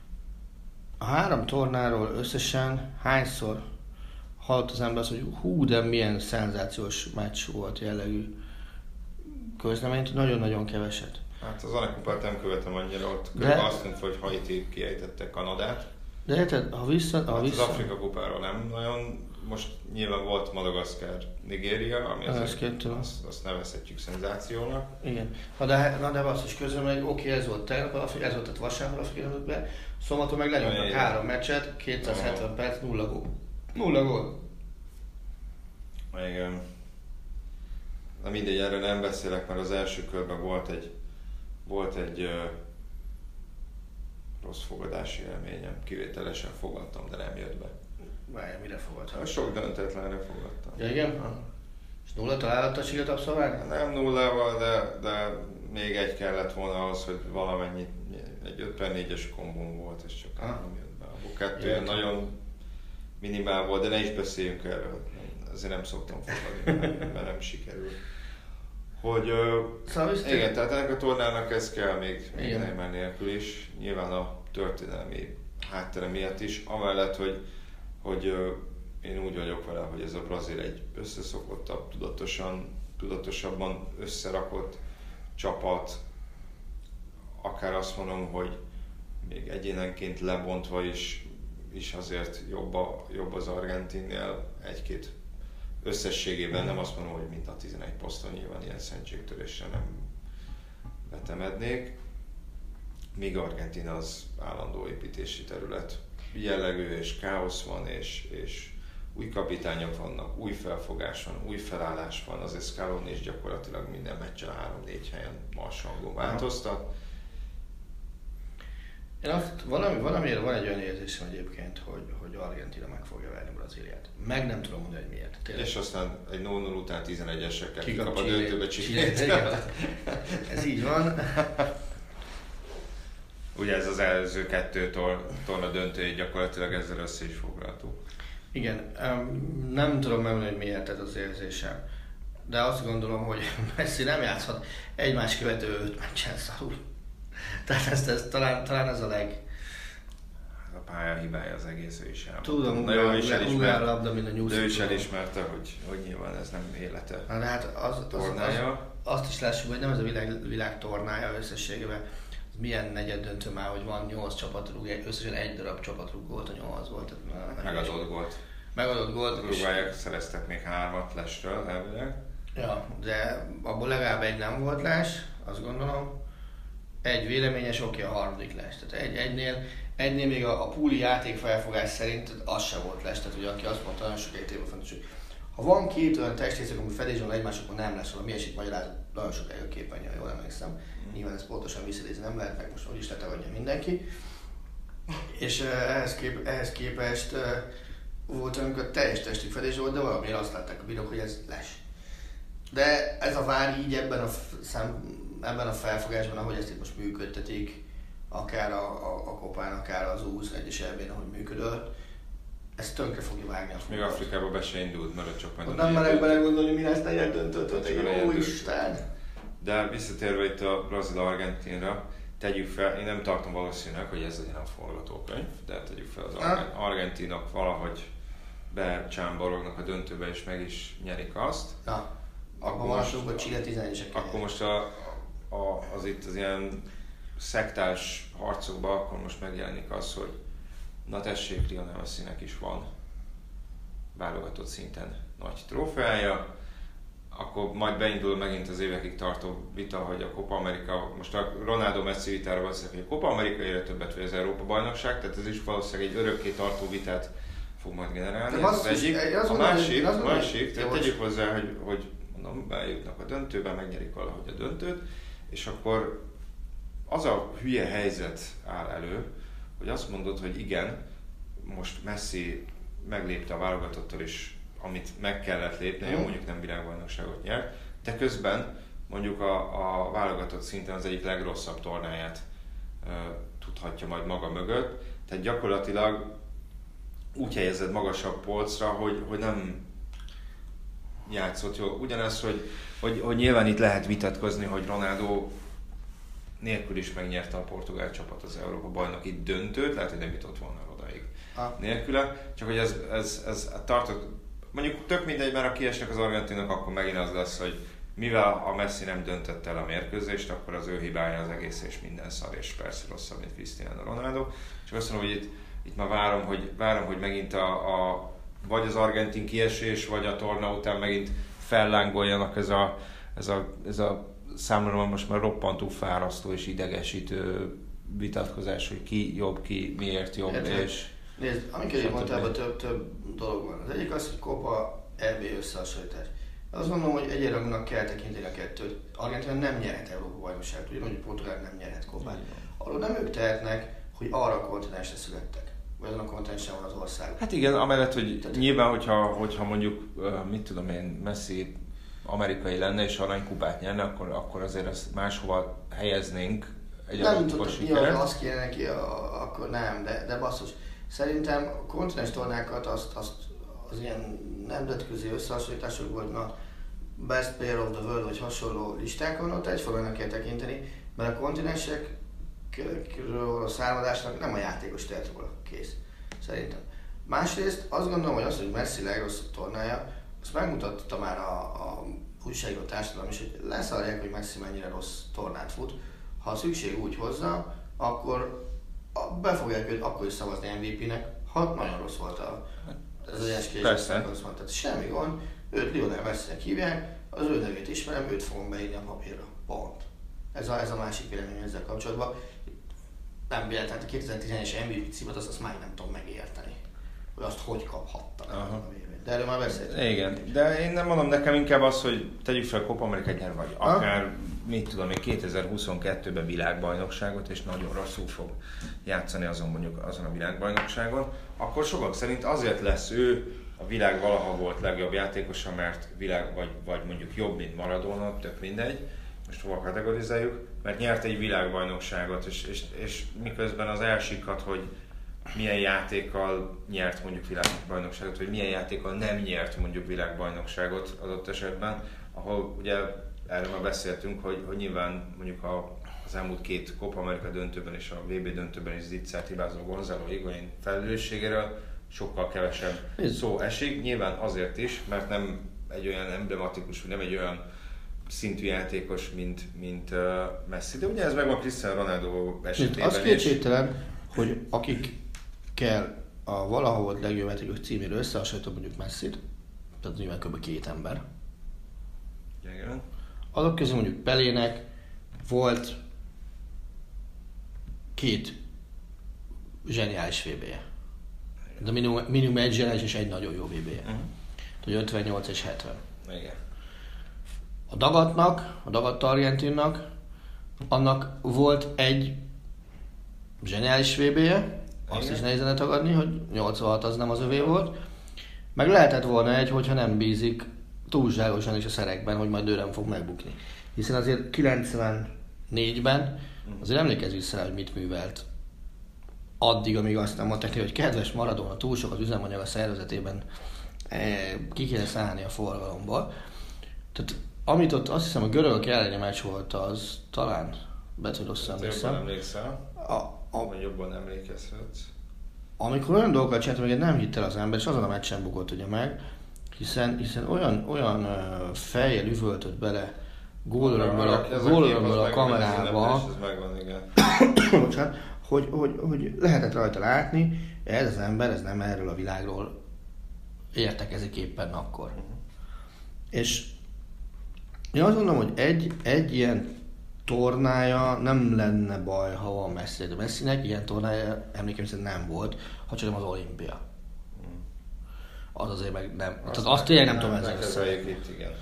A három tornáról összesen hányszor hallott az ember azt, hogy hú, de milyen szenzációs meccs volt jellegű közleményt, nagyon-nagyon keveset. Hát az Aranykupát nem követem annyira, ott de, azt mondta, hogy Haiti kiejtette Kanadát. De érted, ha vissza... Ha hát vissza... az Afrika kupáról nem nagyon, most nyilván volt Madagaszkár, Nigéria, ami azért azt, azt nevezhetjük szenzációnak. Igen. Na de, na de azt is közül meg, oké, ez volt tegnap, ez volt a vasárnap Afrikai, szombaton meg lenyomtak három meccset, kétszázhetven Aha. perc, nulla gól. Nulla gól. Igen. Na mindegy, erről nem beszélek, mert az első körben volt egy, volt egy uh, rossz fogadási élményem. Kivételesen fogadtam, de nem jött be. Várjál, mire fogadtam? Sok döntetlenre fogadtam. Ja, igen? Ha. És nulla találattal sikerült abszolválni? Nem nullával, de, de még egy kellett volna ahhoz, hogy valamennyi, egy ötvennégyes kombom volt, és csak ha. nem jött be. A kettő nagyon minimál volt, de ne is beszéljünk erről. Azért nem szoktam fogadni, mert nem sikerül. Hogy, szóval igen, tehát ennek a tornának ez kell még Neymar nélkül is, nyilván a történelmi háttere miatt is, amellett, hogy, hogy én úgy vagyok vele, hogy ez a Brazil egy összeszokottabb, tudatosan, tudatosabban összerakott csapat, akár azt mondom, hogy még egyénenként lebontva is, is azért jobb, a, jobb az Argentinnél egy-két összességében, nem azt mondom, hogy mint a tizenegy poszton, nyilván ilyen szentségtörésre nem vetemednék. Míg Argentina az állandó építési terület jellegű, és káosz van, és, és új kapitányok vannak, új felfogás van, új felállás van, az Scaloni is gyakorlatilag minden meccsen három-négy helyen marsangon változtat. Én azt, valami, valamiért van egy olyan érzésem egyébként, hogy, hogy Argentina meg fogja verni Brazíliát. Meg nem tudom mondani, hogy miért. Tényleg. És aztán egy nulla nulla után tizenegyesekkel kikap a döntőbe Chilét. Ez így van. Ugye ez az előző kettő torna döntőjét gyakorlatilag ezzel össze is foglaltuk. Igen, nem tudom megmondani, hogy miért ez az érzésem. De azt gondolom, hogy Messi nem játszhat egymás követő öt meccsen szarul. Tehát ezt, ezt, talán, talán ez a leg... A pálya hibája az egész, ő is elmondta. Tudom, nagyon is elismerte, labda, mint a de ő is elismerte, hogy, hogy nyilván ez nem élete. Na, de hát az, az, tornája. Az, azt is lássuk, hogy nem ez a világ, világ tornája összességében. Milyen negyed döntő már, hogy van nyolc csapat rúg, összesen egy darab csapat rúg volt, a nyolc volt. Megadott gólt. Megadott gólt. Uruguayok szereztek még hármat lesről elvileg. Ja, de abból legalább egy nem volt les, azt gondolom. Egy véleményes, oké, a harmadik les. Tehát egy, egynél, egynél még a, a púli játék felfogás szerint az sem volt les. Tehát ugye aki azt mondta, nagyon sok egy fontos, hogy ha van két olyan testrészek, ami fedés van egymás, akkor nem lesz valami ilyesmit magyaráz, nagyon sok a képernyőn, jól emlékszem. Mm. Nyilván ezt pontosan visszaidézni nem lehet, meg most úgyis letagadja mindenki. És uh, ehhez, kép, ehhez képest uh, volt, amikor teljes testi fedés volt, de valamiért azt látták a bírók, hogy ez les. De ez a vár így ebben a, szám, ebben a felfogásban, ahogy ezt itt most működtetik, akár a, a, a Kopán, akár az U huszonegyes elbén, ahogy működött, ez tönkre fogja vágni a Még Afrikába be se indult, mert csak majd... Nem merek belegondolni, mi lesz negyen döntött, egy jó Isten! De visszatérve itt a Brazil-Argentinra, tegyük fel, én nem tartom valószínűleg, hogy ez legyen a forgatókönyv, de tegyük fel az argent, argentinok valahogy becsámborognak a döntőbe és meg is nyerik azt. Na, akkor most a Chile tizenegyesek. Akkor most a, a, az itt az ilyen szektás harcokban akkor most megjelenik az, hogy na tessék, Lionel Messinek is van válogatott szinten nagy trófeája, akkor majd beindul megint az évekig tartó vita, hogy a Copa America, most a Ronaldo Messi vitára beszélek, hogy a Copa America ér többet, vagy az Európa bajnokság, tehát ez is valószínűleg egy örökké tartó vitát fog majd generálni. Ez az egyik. A másik, a másik tehát tegyük hozzá, hogy, hogy mondom, bejutnak a döntőbe, megnyerik valahogy a döntőt, és akkor az a hülye helyzet áll elő, hogy azt mondod, hogy igen, most Messi meglépte a válogatottal is, amit meg kellett lépni, jó, mondjuk nem világbajnokságot nyert, de közben mondjuk a, a válogatott szinten az egyik legrosszabb tornáját uh, tudhatja majd maga mögött, tehát gyakorlatilag úgy helyezed magasabb polcra, hogy, hogy nem játszott jól. Ugyanaz, hogy, hogy, hogy nyilván itt lehet vitatkozni, hogy Ronaldo nélkül is megnyerte a portugál csapat az Európa bajnoki döntőt, lehet, hogy nem jutott volna odaig ah. nélküle, csak hogy ez, ez, ez tartott, mondjuk tök mindegy, mert ha kiesnek az argentinok, akkor megint az lesz, hogy mivel a Messi nem döntött el a mérkőzést, akkor az ő hibája az egész és minden szar, és persze rosszabb, mint Cristiano Ronaldo. Csak azt mondom, hogy itt, itt már várom, hogy, várom, hogy megint a, a, vagy az argentin kiesés, vagy a torna után megint fellángoljanak ez a, ez a, ez a számomra most már roppantó fárasztó és idegesítő vitatkozás, hogy ki jobb, ki miért jobb, Érted? És... Nézd, amikor mondtál, több, több dolog van. Az egyik az, hogy Copa é bé összehasonlítás. Azt mondom, hogy egyenrangúnak kell tekinteni a kettőt. Argentina nem nyerhet Európa bajnokságot, ugyanúgy, hogy Portugál nem nyerhet Copát. Arról nem ők tehetnek, hogy arra a kontinensre születtek. Vagy azon a kontinensen van az ország. Hát igen, amellett, hogy Tehát, nyilván, hogyha, hogyha mondjuk, mit tudom én, Messi amerikai lenne és aranykupát nyerne, akkor, akkor azért ezt máshova helyeznénk egy adott tudod, sikert. Azt kéne neki, akkor nem, de, de basszus. Szerintem a kontinens tornákat azt, azt az ilyen nemzetközi összehasonlításokban, vagy na Best Player of the World, vagy hasonló listákon, ott egyformán kell tekinteni, mert a kontinensekről a származásnak nem a játékos tehet róla, kész. Szerintem. Másrészt azt gondolom, hogy az, hogy Messi legrosszabb tornája, azt megmutatta már a, a újságíró társadalom is, hogy leszarják, hogy Messi mennyire rossz tornát fut. Ha a szükség úgy hozza, akkor be fogják őt akkor is szavazni em vé pé-nek, ha nagyon rossz volt a, ez az egyes kérdés. Tehát semmi gond, őt Lionel Messinek hívják, az ő nevét ismerem, őt fogom beírni a papírra. Pont. Ez a, ez a másik vélemény ezzel kapcsolatban. Nem véletlen, a kétezer-tizenegyes em vé pé címet azt, azt már nem tudom megérteni, hogy azt hogy kaphatta. De erről már beszéltünk. Igen, de én nem mondom, nekem inkább az, hogy tegyük fel a Copa America-t nyer, vagy ha? akár, mit tudom én, kétezer-huszonkettőben világbajnokságot, és nagyon rosszul fog játszani azon mondjuk azon a világbajnokságon, akkor sokak szerint azért lesz ő a világ valaha volt legjobb játékosa, mert világ, vagy, vagy mondjuk jobb, mint Maradona, tök mindegy, most hova kategorizáljuk, mert nyert egy világbajnokságot, és, és, és miközben az elsikad, hogy milyen játékkal nyert mondjuk világbajnokságot, vagy milyen játékkal nem nyert mondjuk világbajnokságot adott esetben, ahol ugye erről már beszéltünk, hogy, hogy nyilván mondjuk a, az elmúlt két Copa America döntőben és a vé bé döntőben is Zitzert hibázó Gonzalo Higuaín felelősségéről sokkal kevesebb szó esik, nyilván azért is, mert nem egy olyan emblematikus, vagy nem egy olyan szintű játékos, mint, mint uh, Messi, de ugye ez megvan Cristiano Ronaldo esetében is. Az kétségtelen, hogy akik kell a valaha volt legjobb játékos címéről összehasonlítom mondjuk Messit, tehát nyilván kb. Két ember. Igen. Azok közül mondjuk Pelének volt két zseniális vé bé-je. De minimum, minimum egy zseniális és egy nagyon jó vé bé-je. Uh-huh. Tehát ötvennyolc és hetven. Igen. A dagadnak, a dagadt argentinnak, annak volt egy zseniális vé bé-je, azt is nehéz lenne tagadni, hogy nyolcvanhat az nem az övé volt. Meg lehetett volna egy, hogyha nem bízik túlságosan is a szerekben, hogy majd ő nem fog megbukni. Hiszen azért kilencvennégyben azért emlékezz vissza, hogy mit művelt addig, amíg azt nem mondták, hogy kedves Maradona, túl sok az üzemanyag a szervezetében, ki kéne szállni a forgalomból. Tehát amit ott azt hiszem a görögök elleni meccs volt, az talán, bet, hogy rosszul emlékszem. Jobban emlékszel, a, a, vagy jobban emlékezhetsz. Amikor olyan dolgokat csinált, amiket nem hitt el az ember, és azon a meccsen bukott ugye meg, hiszen, hiszen olyan, olyan uh, fejjel üvöltött bele gólörömből a, gólörömből a kamerába, bocsánat, hogy, hogy, hogy lehetett rajta látni, ez az ember, ez nem erről a világról értekezik éppen akkor. Uh-huh. És én azt mondom, hogy egy, egy ilyen tornája nem lenne baj, ha van Messi, de Messinek ilyen tornája emlékeim szerint nem volt, ha csak nem az olimpia. Hmm. Az azért meg nem. Azt, tehát azt tényleg nem tudom ezzel össze.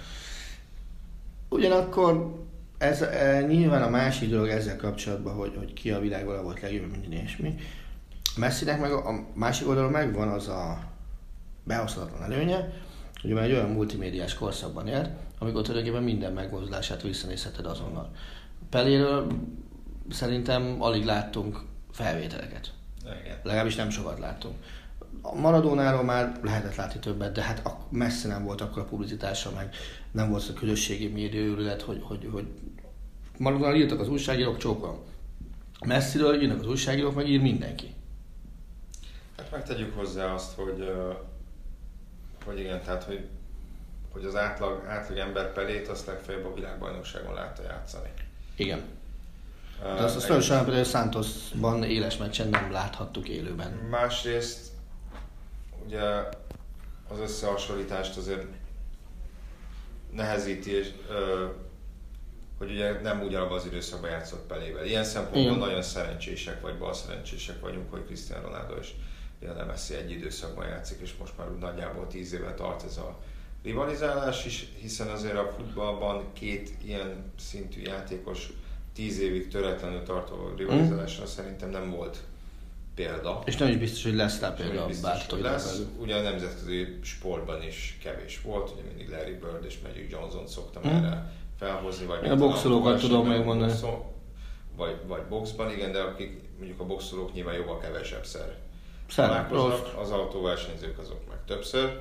Ugyanakkor ez e, nyilván a másik dolog ezzel kapcsolatban, hogy, hogy ki a világban volt legjobb, minden és mi. Messinek meg a, a másik oldalon megvan az a behozhatatlan előnye, hogy már egy olyan multimédiás korszakban élt, amikor tulajdonképpen minden megmozdulását visszanézheted azonnal. Peléről szerintem alig láttunk felvételeket. Igen. Legalábbis nem sokat láttunk. A Maradónáról már lehetett látni többet, de hát messze nem volt akkor a publicitása, meg nem volt a közösségi média őrület, hogy, hogy, hogy Maradónáról írtak az újságírók csókolom. Messiről írnak az újságírók, meg ír mindenki. Hát megtegyük hozzá azt, hogy, hogy igen, tehát hogy hogy az átlag, átlag ember Pelét azt legfeljebb a világbajnokságon látta játszani. Igen. De uh, azt, azt nagyon sajnálom, például Santosban éles meccsen nem láthattuk élőben. Másrészt ugye az összehasonlítást azért nehezíti, és, uh, hogy ugye nem ugyanabban az időszakban játszott Pelével. Ilyen szempontból Igen. nagyon szerencsések vagy bal szerencsések vagyunk, hogy Cristiano Ronaldo és Lionel Messi egy időszakban játszik, és most már úgy nagyjából tíz éve tart ez a rivalizálás is, hiszen azért a futballban két ilyen szintű játékos tíz évig töretlenül tartó rivalizálásra mm. szerintem nem volt példa. És nem is biztos, hogy lesz rá példa. Biztos, hogy lesz. Ugye a nemzetközi sportban is kevés volt, ugye mindig Larry Bird és Magic Johnson szoktam mm. erre felhozni. Vagy a boxolókat tudom megmondani. Vagy, vagy boxban, igen, de akik mondjuk a boxolók nyilván jóval kevesebbszer Szerint, találkoznak, az autóversenyzők azok meg többször.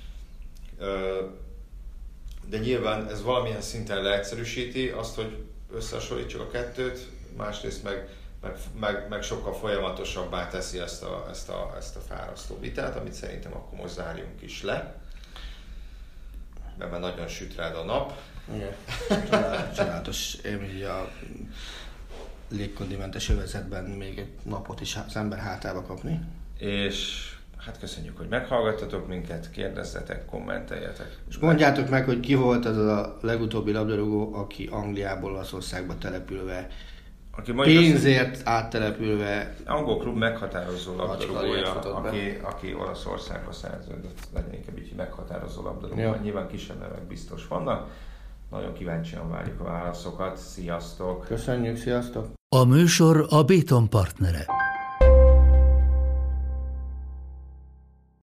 De nyilván ez valamilyen szinten leegyszerűsíti azt, hogy összehasonlítsuk a kettőt, másrészt meg, meg, meg, meg sokkal folyamatosabbá teszi ezt a, ezt, a, ezt a fárasztó vitát, amit szerintem akkor most zárjunk is le, mert már nagyon süt rád a nap. Igen, csodálatos élmény, a légkondimentes övezetben még egy napot is az ember hátába kapni. És hát köszönjük, hogy meghallgattatok minket, kérdezzetek, kommenteljetek. És mondjátok meg, hogy ki volt az a legutóbbi labdarúgó, aki Angliából Olaszországba települve, aki pénzért azt, áttelepülve... Angol klub meghatározó labdarúgója, aki, aki Olaszországba szerződött, legyen inkább így meghatározó labdarúgó. Ja. Nyilván kisebb nevek biztos vannak. Nagyon kíváncsian várjuk a válaszokat. Sziasztok! Köszönjük, sziasztok! A műsor a Béton partnere.